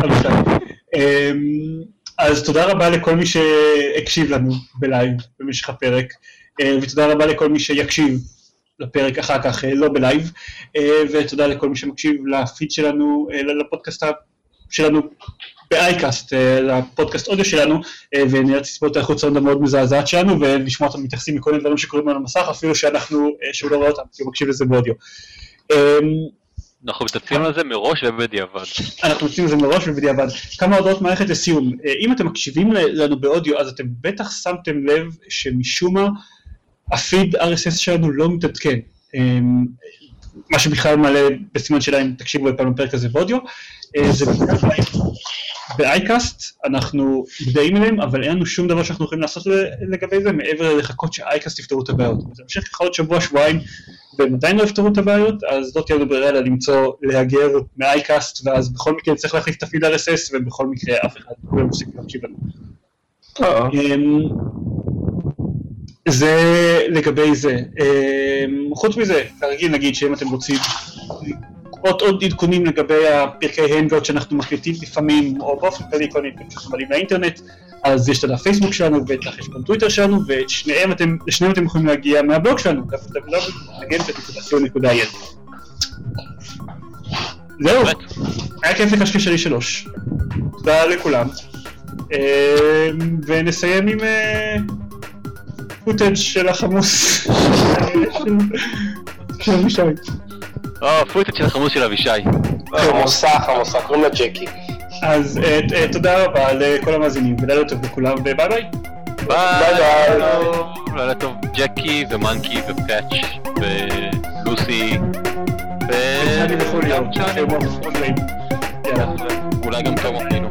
אז תודה רבה לכל מי שהקשיב לנו בלייב במשך הפרק, ותודה רבה לכל מי שיקשיב לפרק אחר כך לא בלייב, ותודה לכל מי שמקשיב לפיד שלנו, לפודקאסט שלנו באייקאסט, לפודקאסט אודיו שלנו, ונאלץ לצפות את האיכות סאונד המאוד מזעזעת שלנו, ולשמוע אותם מתייחסים מכל מיני דברים שקוראים על המסך, אפילו שהוא לא רואה אותם, כי הוא מקשיב לזה באודיו. אנחנו מתנצלים על זה מראש ובדיעבד. אנחנו מתנצלים על זה מראש ובדיעבד. כמה הודעות מערכת לסיום. אם אתם מקשיבים לנו באודיו, אז אתם בטח שמתם לב שמשום מה, הפיד RSS שלנו לא מתעדכן. מה שבכלל מעלה בסימן שאלה אם תקשיבו לפעמים בפרק הזה באודיו, זה באייקאסט, אנחנו מודעים אליהם, אבל אין לנו שום דבר שאנחנו יכולים לעשות לגבי זה, מעבר לחכות שהאייקאסט יפתרו את הבעיות. זה המשך ככה עוד שבוע, שבועיים, והם עדיין לא יפתרו את הבעיות, אז לא תהיה לנו ברירה אלא למצוא, להגר מאייקאסט, ואז בכל מקרה צריך להחליף את הפיד RSS, ובכל מקרה אף אחד לא מפסיק להקשיב לנו. זה לגבי זה. חוץ מזה, כרגיל נגיד שאם אתם רוצים עוד עדכונים לגבי הפרקי הנגאוט שאנחנו מקליטים לפעמים, או באופן כללי כל מיני פרקים שאנחנו מעלים לאינטרנט, אז יש את הדף פייסבוק שלנו ואת החשבון טוויטר שלנו, ולשניהם אתם יכולים להגיע מהבלוג שלנו, www.agentfed.co.il. זהו. היה כיף לקשקש שלי 3. תודה לכולם. ונסיים עם פוטאג' של החמוס של אבישי. פוטאג' של החמוס של אבישי. חמוסה, קוראים לה ג'קי. אז תודה רבה לכל המאזינים, ולילה טוב לכולם, וביי ביי. ביי. לילה טוב ג'קי ומנקי ופאץ' ולוסי. וצ'אני בכל יום. אולי גם תום אפילו.